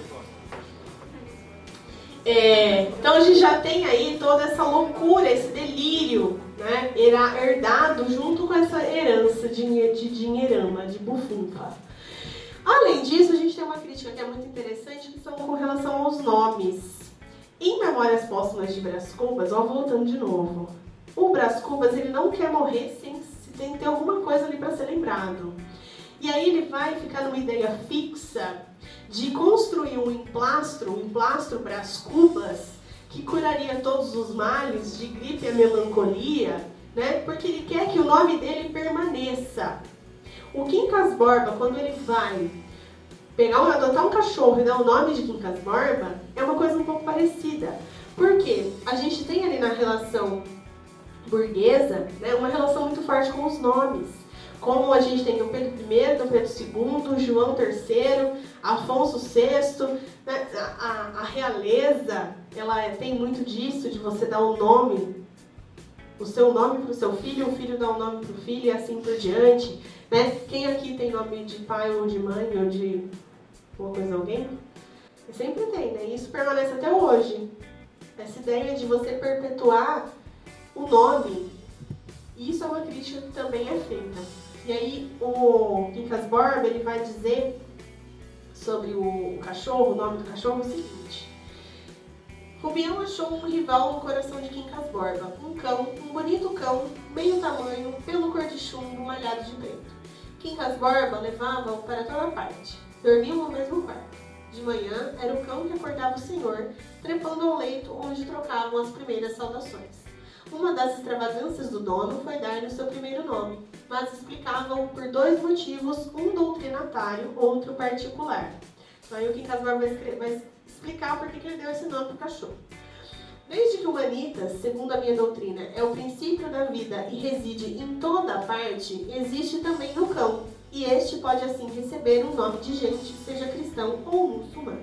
Então a gente já tem aí toda essa loucura, esse delírio, né? Herdado junto com essa herança de dinheirama, de bufunfa. Além disso, a gente tem uma crítica que é muito interessante, que são com relação aos nomes. Em Memórias Póstumas de Brás Cubas, voltando de novo, o Brás Cubas, ele não quer morrer sem ter alguma coisa ali para ser lembrado. E aí ele vai ficar numa ideia fixa de construir um emplastro Brás Cubas, que curaria todos os males, de gripe a melancolia, né? Porque ele quer que o nome dele permaneça. O Quincas Borba, quando ele vai adotar um cachorro e dar o nome de Quincas Borba, é uma coisa um pouco parecida. Por quê? A gente tem ali na relação burguesa, né, uma relação muito forte com os nomes. Como a gente tem o Pedro I, o Pedro II, João III, Afonso VI, né, a realeza, ela tem muito disso, de você dar um nome, o seu nome para o seu filho, o filho dá um nome para o filho e assim por diante. Né? Quem aqui tem nome de pai ou de mãe ou de uma coisa, alguém? Sempre tem, né? E isso permanece até hoje. Essa ideia de você perpetuar o nome, isso é uma crítica que também é feita. E aí o Quincas Borba, ele vai dizer sobre o cachorro, o nome do cachorro, o seguinte: Rubião achou um rival no coração de Quincas Borba, um cão, um bonito cão, meio tamanho, pelo cor de chumbo, malhado de preto. Quincas Borba levava-o para toda parte, dormiam no mesmo quarto. De manhã, era o cão que acordava o senhor, trepando ao leito onde trocavam as primeiras saudações. Uma das extravagâncias do dono foi dar-lhe o seu primeiro nome, mas explicava-o por dois motivos, um doutrinatário, outro particular. Então aí o Quincas Borba vai explicar por que ele deu esse nome para o cachorro. Desde que o Humanitas, segundo a minha doutrina, é o princípio da vida e reside em toda a parte, existe também no cão, e este pode assim receber um nome de gente, seja cristão ou muçulmano.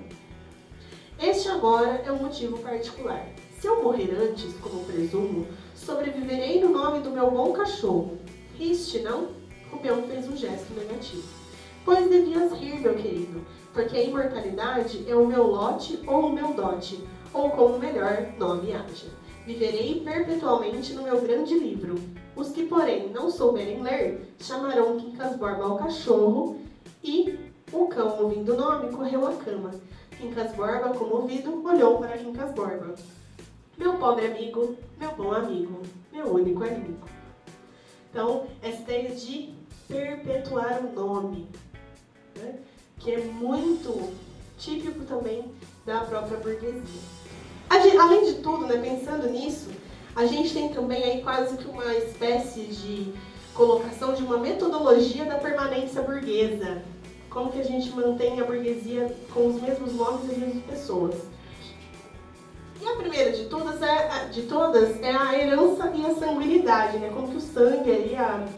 Este agora é um motivo particular. Se eu morrer antes, como presumo, sobreviverei no nome do meu bom cachorro. Riste, não? Rubião fez um gesto negativo. Pois devias rir, meu querido, porque a imortalidade é o meu lote ou o meu dote, ou como melhor nome haja. Viverei perpetualmente no meu grande livro. Os que, porém, não souberem ler, chamarão Quincas Borba ao cachorro, e o cão, ouvindo o nome, correu à cama. Quincas Borba, comovido, olhou para Quincas Borba. Meu pobre amigo, meu bom amigo, meu único amigo. Então, essa ideia de perpetuar o nome, né, que é muito típico também da própria burguesia. Além de tudo, né, pensando nisso, a gente tem também aí quase que uma espécie de colocação de uma metodologia da permanência burguesa. Como que a gente mantém a burguesia com os mesmos nomes e as mesmas pessoas. E a primeira de todas é a herança e a sanguinidade, né? Como que o sangue ali,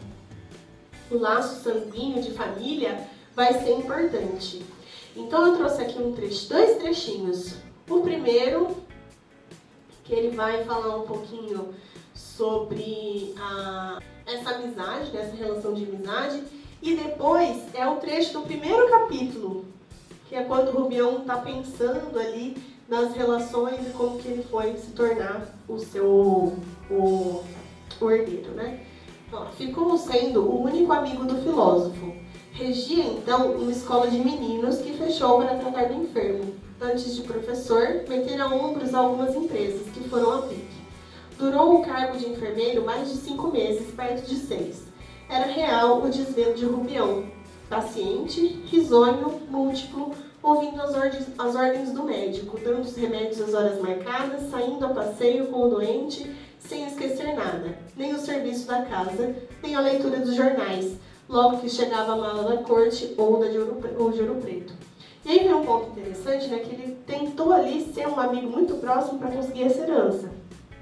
o laço sanguíneo de família vai ser importante. Então eu trouxe aqui dois trechinhos. O primeiro, que ele vai falar um pouquinho sobre essa amizade, né? Essa relação de amizade. E depois é o trecho do primeiro capítulo, que é quando o Rubião está pensando ali nas relações e como que ele foi se tornar o herdeiro, né? Então, ficou sendo o único amigo do filósofo. Regia, então, uma escola de meninos que fechou para tratar do enfermo. Antes de professor, metera ombros a algumas empresas que foram a pique. Durou o cargo de enfermeiro mais de 5 meses, perto de 6. Era real o desvelo de Rubião. Paciente, risonho, múltiplo, ouvindo as ordens do médico, dando os remédios às horas marcadas, saindo a passeio com o doente, sem esquecer nada, nem o serviço da casa, nem a leitura dos jornais, logo que chegava a mala da corte ou de Ouro Preto. E aí vem um ponto interessante, né, que ele tentou ali ser um amigo muito próximo para conseguir essa herança.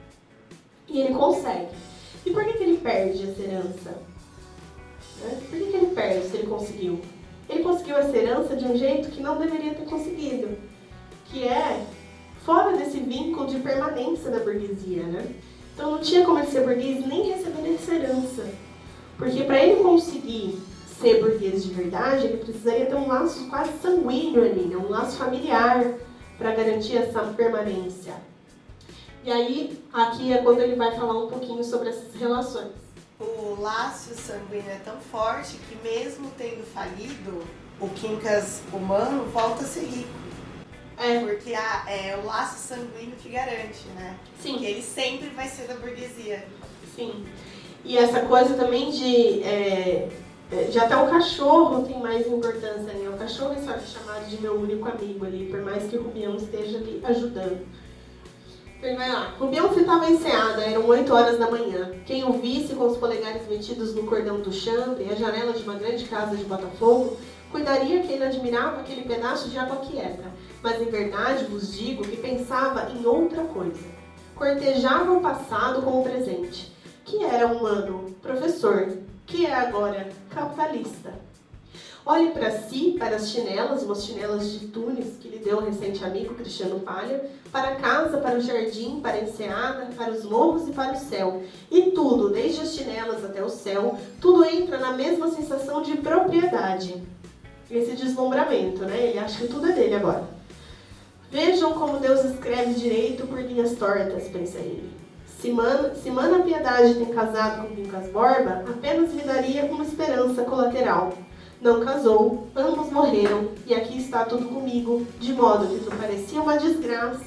E ele consegue. E por que ele perde essa herança? Por que ele perde se ele conseguiu? Ele conseguiu essa herança de um jeito que não deveria ter conseguido, que é fora desse vínculo de permanência da burguesia, né? Então não tinha como ele ser burguês nem receber essa herança, porque para ele conseguir ser burguês de verdade, ele precisaria ter um laço quase sanguíneo ali, né? Um laço familiar para garantir essa permanência. E aí, aqui é quando ele vai falar um pouquinho sobre essas relações. O laço sanguíneo é tão forte que mesmo tendo falido, o Quincas humano volta a ser rico. Porque é o laço sanguíneo que garante, né? Sim. Que ele sempre vai ser da burguesia. Sim. E essa coisa também de até o cachorro tem mais importância, né? O cachorro é chamado de meu único amigo ali, por mais que o Rubião esteja ali ajudando. Então ele vai lá. Rubião fritava a enseada, eram 8 horas da manhã. Quem o visse com os polegares metidos no cordão do chambre e a janela de uma grande casa de Botafogo, cuidaria que ele admirava aquele pedaço de água quieta. Mas em verdade vos digo que pensava em outra coisa. Cortejava o passado com o presente, que era humano, professor, que é agora capitalista. Olhe para si, para as chinelas, umas chinelas de túnis que lhe deu o recente amigo Cristiano Palha, para a casa, para o jardim, para a enseada, para os morros e para o céu. E tudo, desde as chinelas até o céu, tudo entra na mesma sensação de propriedade. Esse deslumbramento, né? Ele acha que tudo é dele agora. Vejam como Deus escreve direito por linhas tortas, pensa ele. Se Mana Piedade tem casado com Quincas Borba, apenas me daria uma esperança colateral. Não casou, ambos morreram, e aqui está tudo comigo, de modo que isso parecia uma desgraça,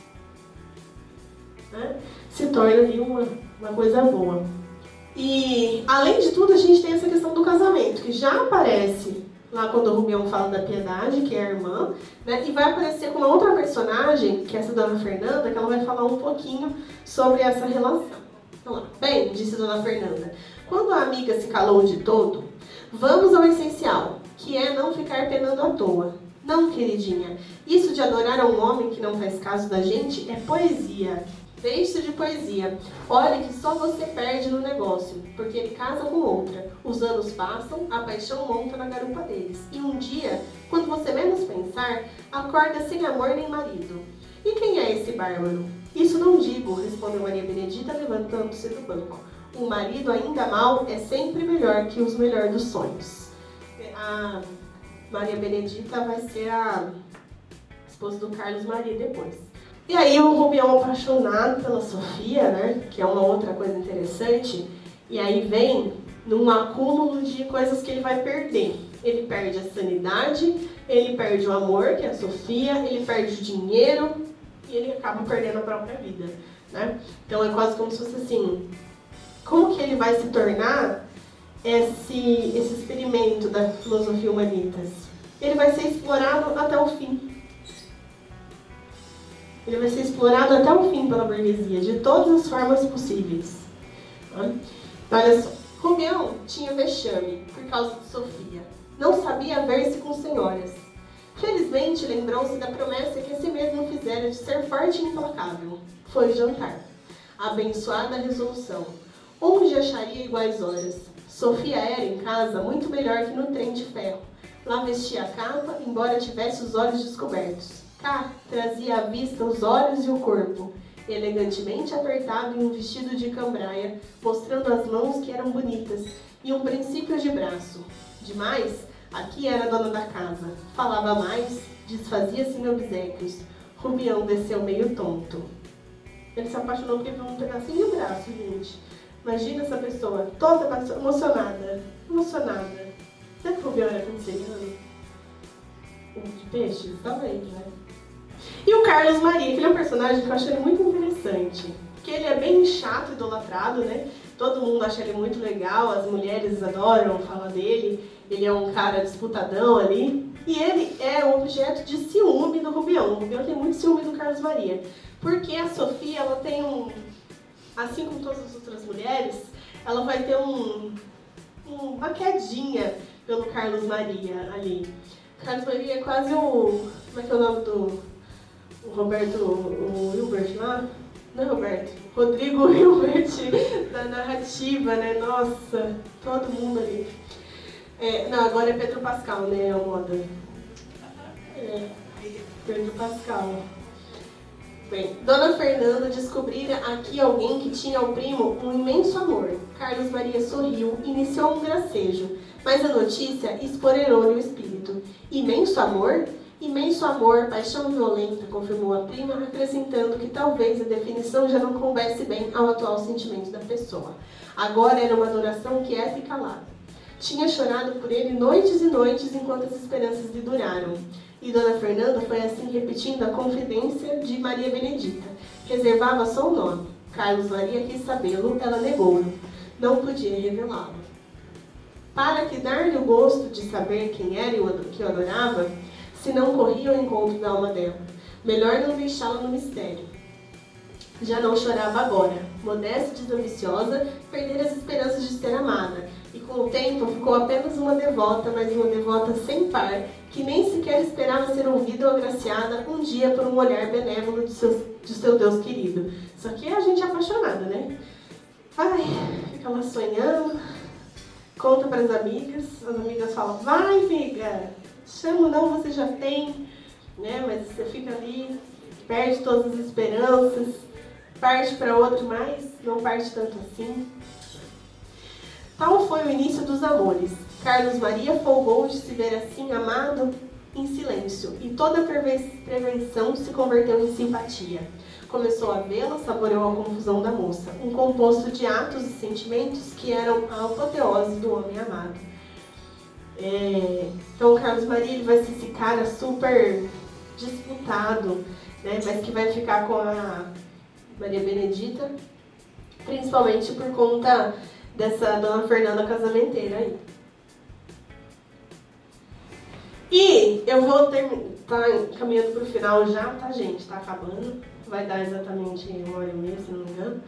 né? Se torna ali uma coisa boa. E, além de tudo, a gente tem essa questão do casamento, que já aparece lá quando o Rubião fala da Piedade, que é a irmã, né? E vai aparecer com uma outra personagem, que é essa Dona Fernanda, que ela vai falar um pouquinho sobre essa relação. Então, lá. Bem, disse Dona Fernanda, quando a amiga se calou de todo, vamos ao essencial, que é não ficar penando à toa. Não, queridinha, isso de adorar a um homem que não faz caso da gente é poesia. Deixe de poesia. Olhe que só você perde no negócio, porque ele casa com outra. Os anos passam, a paixão monta na garupa deles. E um dia, quando você menos pensar, acorda sem amor nem marido. E quem é esse bárbaro? Isso não digo, respondeu Maria Benedita, levantando-se do banco. O marido ainda mau é sempre melhor que os melhores dos sonhos. A Maria Benedita vai ser a esposa do Carlos Maria depois. E aí o Rubião apaixonado pela Sofia, né, que é uma outra coisa interessante, e aí vem num acúmulo de coisas que ele vai perder. Ele perde a sanidade, ele perde o amor, que é a Sofia, ele perde o dinheiro e ele acaba perdendo a própria vida, né? Então é quase como se fosse assim, como que ele vai se tornar esse experimento da filosofia humanitas? Ele vai ser explorado até o fim. Ele vai ser explorado até o fim pela burguesia, de todas as formas possíveis. Olha só, Rubião tinha vexame por causa de Sofia. Não sabia ver-se com senhoras. Felizmente lembrou-se da promessa que a si mesmo fizera de ser forte e implacável. Foi jantar. Abençoada a resolução. Onde acharia iguais horas? Sofia era, em casa, muito melhor que no trem de ferro. Lá vestia a capa, embora tivesse os olhos descobertos. Cá trazia à vista os olhos e o corpo, elegantemente apertado em um vestido de cambraia, mostrando as mãos que eram bonitas, e um princípio de braço. Demais, aqui era a dona da casa. Falava mais, desfazia-se em obséquios. Rubião desceu meio tonto. Ele se apaixonou porque viu um pedacinho de braço, gente. Imagina essa pessoa toda emocionada. Será que o Rubião era canceriano? De peixes? Talvez, né? E o Carlos Maria, que ele é um personagem que eu acho ele muito interessante. Porque ele é bem chato, idolatrado, né? Todo mundo acha ele muito legal, as mulheres adoram falar dele. Ele é um cara disputadão ali. E ele é objeto de ciúme do Rubião. O Rubião tem muito ciúme do Carlos Maria. Porque a Sofia, ela tem assim como todas as outras mulheres, ela vai ter uma quedinha pelo Carlos Maria ali. Carlos Maria é quase como é que é o nome do Roberto, o Hilbert lá? Não é Roberto? Rodrigo Hilbert, da narrativa, né? Nossa, todo mundo ali. Não, agora é Pedro Pascal, né? A moda. Pedro Pascal. Bem, Dona Fernanda descobrira aqui alguém que tinha ao primo um imenso amor. Carlos Maria sorriu e iniciou um gracejo, mas a notícia esporerou-lhe o espírito. Imenso amor? Imenso amor, paixão violenta, confirmou a prima, acrescentando que talvez a definição já não coubesse bem ao atual sentimento da pessoa. Agora era uma adoração quieta e calada. Tinha chorado por ele noites e noites enquanto as esperanças lhe duraram. E Dona Fernanda foi assim repetindo a confidência de Maria Benedita. Reservava só o nome. Carlos Maria quis sabê-lo, ela negou-o. Não podia revelá-lo. Para que dar-lhe o gosto de saber quem era e o que o adorava, se não corria ao encontro da alma dela. Melhor não deixá-la no mistério. Já não chorava agora, modesta e desambiciosa, perdera as esperanças de ser amada, e com o tempo ficou apenas uma devota, mas uma devota sem par, que nem sequer esperava ser ouvida ou agraciada um dia por um olhar benévolo de seu Deus querido. Só que é a gente apaixonada, né? Ai, fica lá sonhando, conta para as amigas falam, vai, amiga, chama não, você já tem, né? Mas você fica ali, perde todas as esperanças, parte para outro, mas não parte tanto assim. Tal foi o início dos amores. Carlos Maria folgou de se ver assim amado em silêncio, e toda a prevenção se converteu em simpatia. Começou a vê-la, saboreou a confusão da moça, um composto de atos e sentimentos que eram a apoteose do homem amado. Então o Carlos Maria ele vai ser esse cara super disputado, né, mas que vai ficar com a Maria Benedita, principalmente por conta dessa dona Fernanda casamenteira aí. E eu vou tá caminhando pro final já, tá, gente? Tá acabando. Vai dar exatamente 1h30, se não me engano.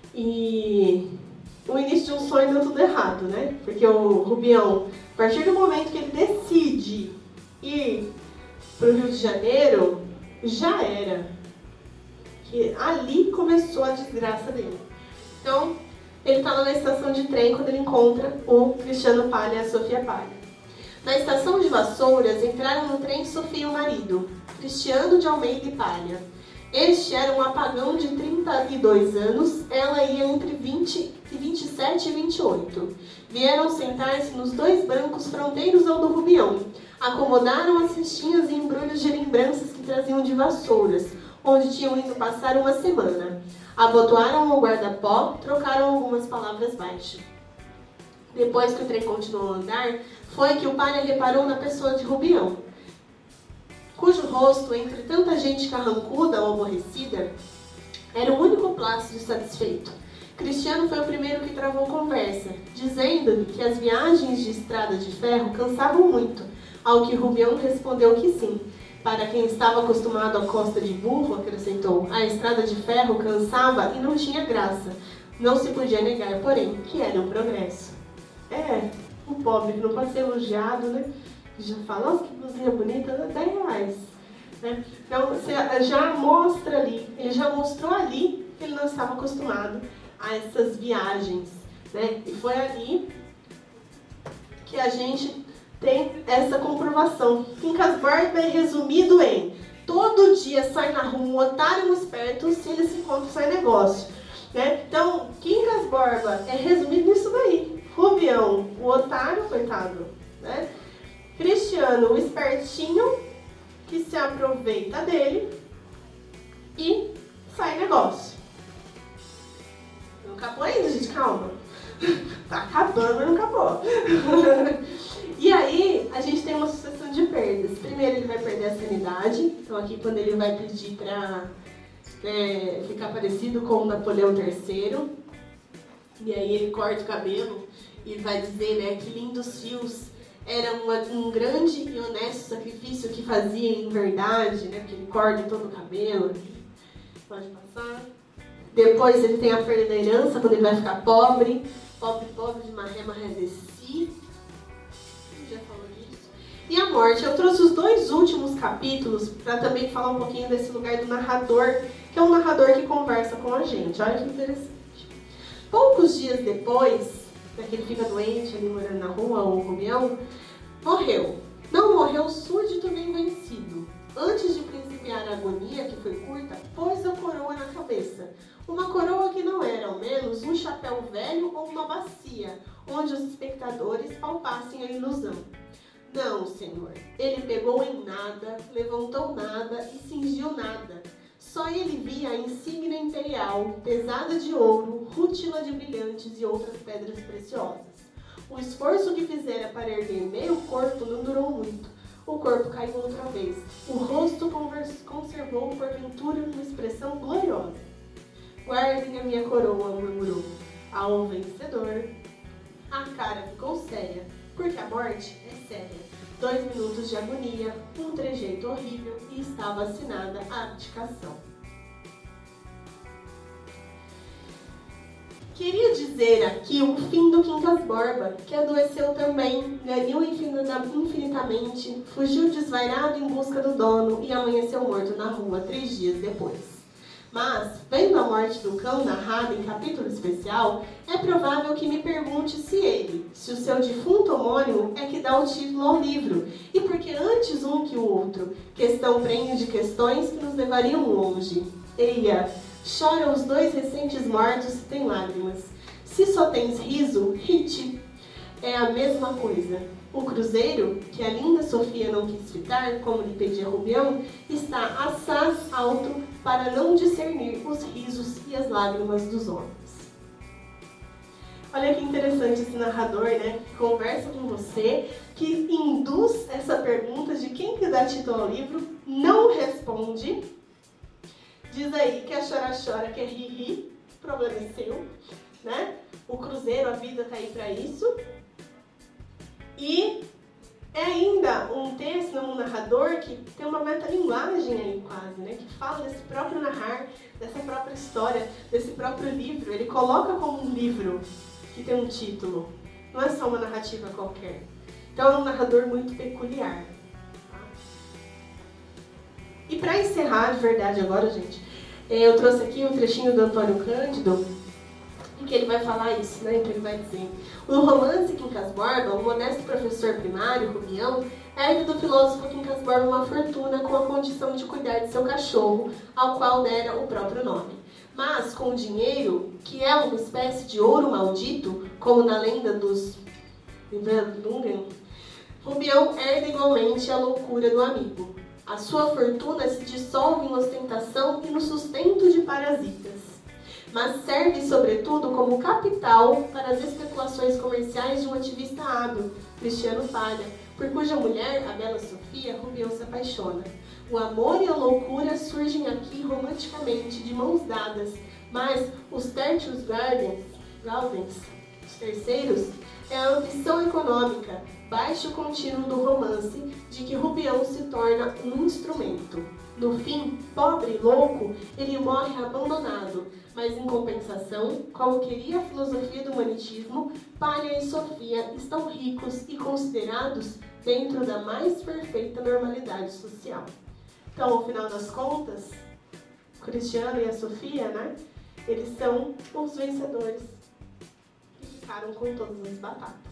E o início de um sonho deu tudo errado, né? Porque o Rubião, a partir do momento que ele decide ir pro Rio de Janeiro, já era. Que ali começou a desgraça dele. Então, ele tá lá na estação de trem quando ele encontra o Cristiano Palha e a Sofia Palha. Na estação de Vassouras, entraram no trem Sofia e o marido, Cristiano de Almeida e Palha. Este era um apagão de 32 anos, ela ia entre 27 e 28. Vieram sentar-se nos 2 bancos fronteiros ao do Rubião. Acomodaram as cestinhas e embrulhos de lembranças que traziam de Vassouras, onde tinham ido passar uma semana. Abotoaram o guarda-pó, trocaram algumas palavras baixo. Depois que o trem continuou a andar, foi que o Palha reparou na pessoa de Rubião, cujo rosto, entre tanta gente carrancuda ou aborrecida, era o único plácido e satisfeito. Cristiano foi o primeiro que travou conversa, dizendo que as viagens de estrada de ferro cansavam muito, ao que Rubião respondeu que sim. Para quem estava acostumado à costa de burro, acrescentou, a estrada de ferro cansava e não tinha graça. Não se podia negar, porém, que era um progresso. O pobre que não pode ser elogiado, né? Já fala, nossa, que blusinha bonita, R$10. Né? Então, você já mostra ali, ele já mostrou ali que ele não estava acostumado a essas viagens, né? E foi ali que a gente tem essa comprovação. Quincas Borba é resumido em todo dia sai na rua um otário e um esperto, se eles se encontram sai negócio. Né? Então, Quincas Borba é resumido nisso daí. Rubião, o otário, coitado, né? Cristiano, o espertinho, que se aproveita dele e sai negócio. Não acabou ainda, gente, calma. Tá acabando, mas não acabou. E aí, a gente tem uma sucessão de perdas. Primeiro, ele vai perder a sanidade. Então, aqui, quando ele vai pedir pra ficar parecido com o Napoleão III. E aí, ele corta o cabelo e vai dizer, né, que lindos fios. Era um grande e honesto sacrifício que fazia em verdade, né? Porque ele corta todo o cabelo. Pode passar. Depois ele tem a perda da herança, quando ele vai ficar pobre. Pobre de maré de si. Já falou disso. E a morte. Eu trouxe os 2 últimos capítulos para também falar um pouquinho desse lugar do narrador, que é um narrador que conversa com a gente. Olha que interessante. Poucos dias depois, que ele fica doente ali morando na rua, o Rubião, morreu. Não morreu súdito nem vencido. Antes de principiar a agonia, que foi curta, pôs a coroa na cabeça. Uma coroa que não era, ao menos, um chapéu velho ou uma bacia, onde os espectadores palpassem a ilusão. Não, senhor. Ele pegou em nada, levantou nada e cingiu nada. Só ele via a insígnia imperial, pesada de ouro, rútila de brilhantes e outras pedras preciosas. O esforço que fizera para erguer meio corpo não durou muito. O corpo caiu outra vez. O rosto conservou, porventura, uma expressão gloriosa. Guardem a minha coroa, murmurou. Ao vencedor, a cara ficou séria, porque a morte é séria. 2 minutos de agonia, um trejeito horrível e estava assinada a abdicação. Queria dizer aqui o fim do Quincas Borba, que adoeceu também, ganhou infinitamente, fugiu desvairado em busca do dono e amanheceu morto na rua 3 dias depois. Mas, vendo a morte do cão narrada em capítulo especial, é provável que me pergunte se o seu defunto homônimo é que dá o título ao livro, e porque antes um que o outro, questão prenhe de questões que nos levariam longe. Eia, choram os 2 recentes mortos e tem lágrimas. Se só tens riso, ri-te. É a mesma coisa. O cruzeiro, que a linda Sofia não quis fitar, como lhe pedia Rubião, está assaz alto para não discernir os risos e as lágrimas dos homens. Olha que interessante esse narrador, né? Que conversa com você, que induz essa pergunta de quem que dá título ao livro, não responde, diz aí que é chora-chora, que é ri-ri, o problema é seu, né? O cruzeiro, a vida tá aí para isso. E é ainda um texto, um narrador que tem uma metalinguagem aí quase, né? Que fala desse próprio narrar, dessa própria história, desse próprio livro. Ele coloca como um livro que tem um título. Não é só uma narrativa qualquer. Então é um narrador muito peculiar. Tá? E para encerrar de verdade agora, gente, eu trouxe aqui um trechinho do Antônio Cândido, em que ele vai falar isso, né? Então ele vai dizer: no romance Quincas Borba, o modesto professor primário, Rubião, herda do filósofo Quincas Borba uma fortuna com a condição de cuidar de seu cachorro, ao qual dera o próprio nome. Mas, com o dinheiro, que é uma espécie de ouro maldito, como na lenda dos Nibelungen, Rubião herda igualmente a loucura do amigo. A sua fortuna se dissolve em ostentação e no sustento de parasitas, mas serve, sobretudo, como capital para as especulações comerciais de um ativista hábil, Cristiano Palha, por cuja mulher, a bela Sofia, Rubião se apaixona. O amor e a loucura surgem aqui romanticamente, de mãos dadas, mas os tertius gaudens, os terceiros, é a ambição econômica, baixo contínuo do romance, de que Rubião se torna um instrumento. No fim, pobre e louco, ele morre abandonado, mas em compensação, como queria a filosofia do humanitismo, Palha e Sofia estão ricos e considerados dentro da mais perfeita normalidade social. Então, ao final das contas, o Cristiano e a Sofia, né, eles são os vencedores que ficaram com todas as batatas.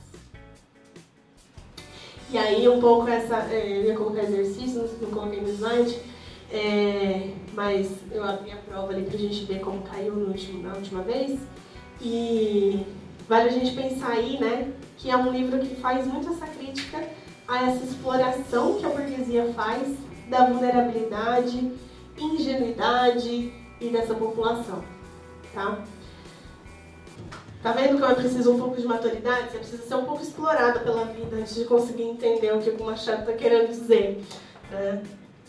E aí, um pouco eu ia colocar exercícios, não coloquei no slide, mas eu abri a prova ali pra gente ver como caiu na última vez. E vale a gente pensar aí, né, que é um livro que faz muito essa crítica a essa exploração que a burguesia faz da vulnerabilidade, ingenuidade e dessa população, tá? Tá vendo que eu preciso um pouco de maturidade? Você precisa ser um pouco explorada pela vida antes de conseguir entender o que o Machado está querendo dizer, né?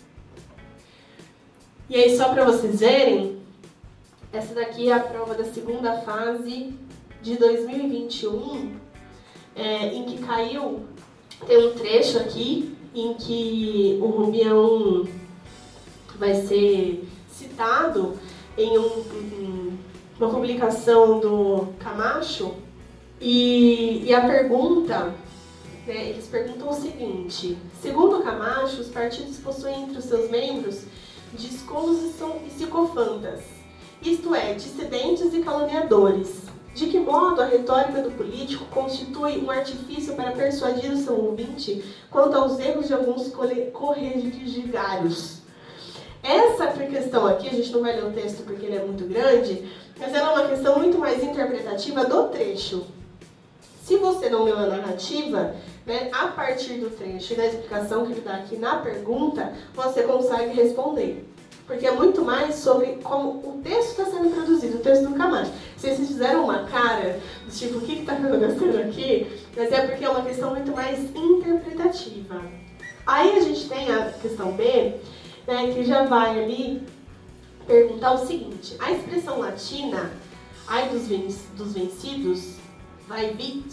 E aí, só para vocês verem, essa daqui é a prova da segunda fase de 2021, em que caiu, tem um trecho aqui, em que o Rubião vai ser citado em uma publicação do Camacho, e a pergunta, né, eles perguntam o seguinte: segundo Camacho, os partidos possuem entre os seus membros díscolos e psicofantas, isto é, dissidentes e caluniadores. De que modo a retórica do político constitui um artifício para persuadir o seu ouvinte quanto aos erros de alguns correligionários? Essa questão aqui, a gente não vai ler o texto porque ele é muito grande, mas ela é uma questão muito mais interpretativa do trecho. Se você não leu a narrativa, né, a partir do trecho e da explicação que ele dá aqui na pergunta, você consegue responder. Porque é muito mais sobre como o texto está sendo produzido, o texto do Camacho. Se vocês fizeram uma cara, do tipo, o que está acontecendo aqui? Mas é porque é uma questão muito mais interpretativa. Aí a gente tem a questão B, né, que já vai ali perguntar o seguinte: a expressão latina, ai dos vencidos, vai vis,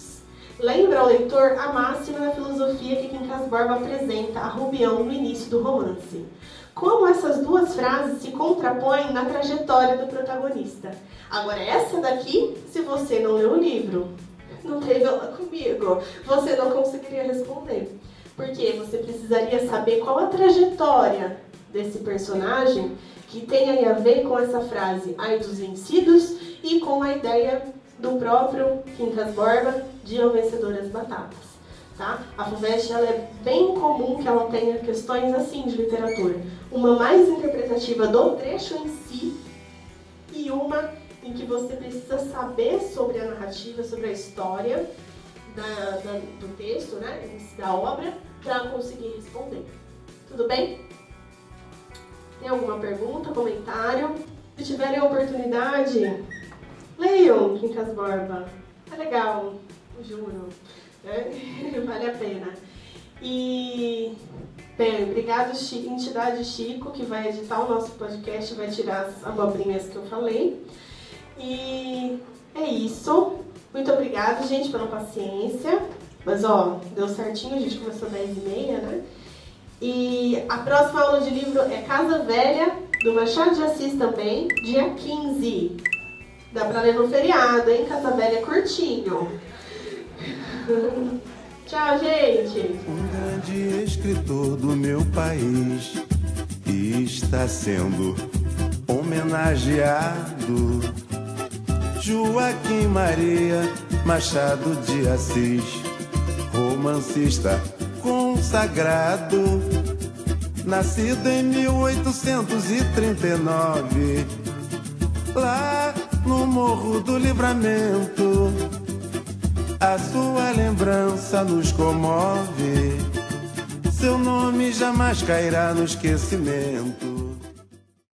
lembra ao leitor a máxima da filosofia que Quincas Borba apresenta a Rubião no início do romance. Como essas duas frases se contrapõem na trajetória do protagonista. Agora, essa daqui, se você não leu o livro, não teve aula comigo, você não conseguiria responder. Porque você precisaria saber qual a trajetória desse personagem que tem aí a ver com essa frase ai dos vencidos e com a ideia do próprio Quincas Borba de Ao Vencedor as Batatas. Tá? A FUVEST ela é bem comum que ela tenha questões assim de literatura. Uma mais interpretativa do trecho em si e uma em que você precisa saber sobre a narrativa, sobre a história do texto, né, da obra, para conseguir responder. Tudo bem? Tem alguma pergunta, comentário? Se tiverem a oportunidade, leiam Quincas Borba. É legal, juro. Vale a pena. E, bem, obrigado, entidade Chico, que vai editar o nosso podcast, vai tirar as abobrinhas que eu falei. E é isso. Muito obrigada, gente, pela paciência. Mas, ó, deu certinho, a gente começou às 10h30, né? E a próxima aula de livro é Casa Velha, do Machado de Assis também, dia 15. Dá pra ler no feriado, hein? Casa Velha é curtinho. Tchau, gente. Um grande escritor do meu país está sendo homenageado. Joaquim Maria Machado de Assis, romancista consagrado, nascido em 1839, lá no Morro do Livramento. A sua lembrança nos comove, seu nome jamais cairá no esquecimento.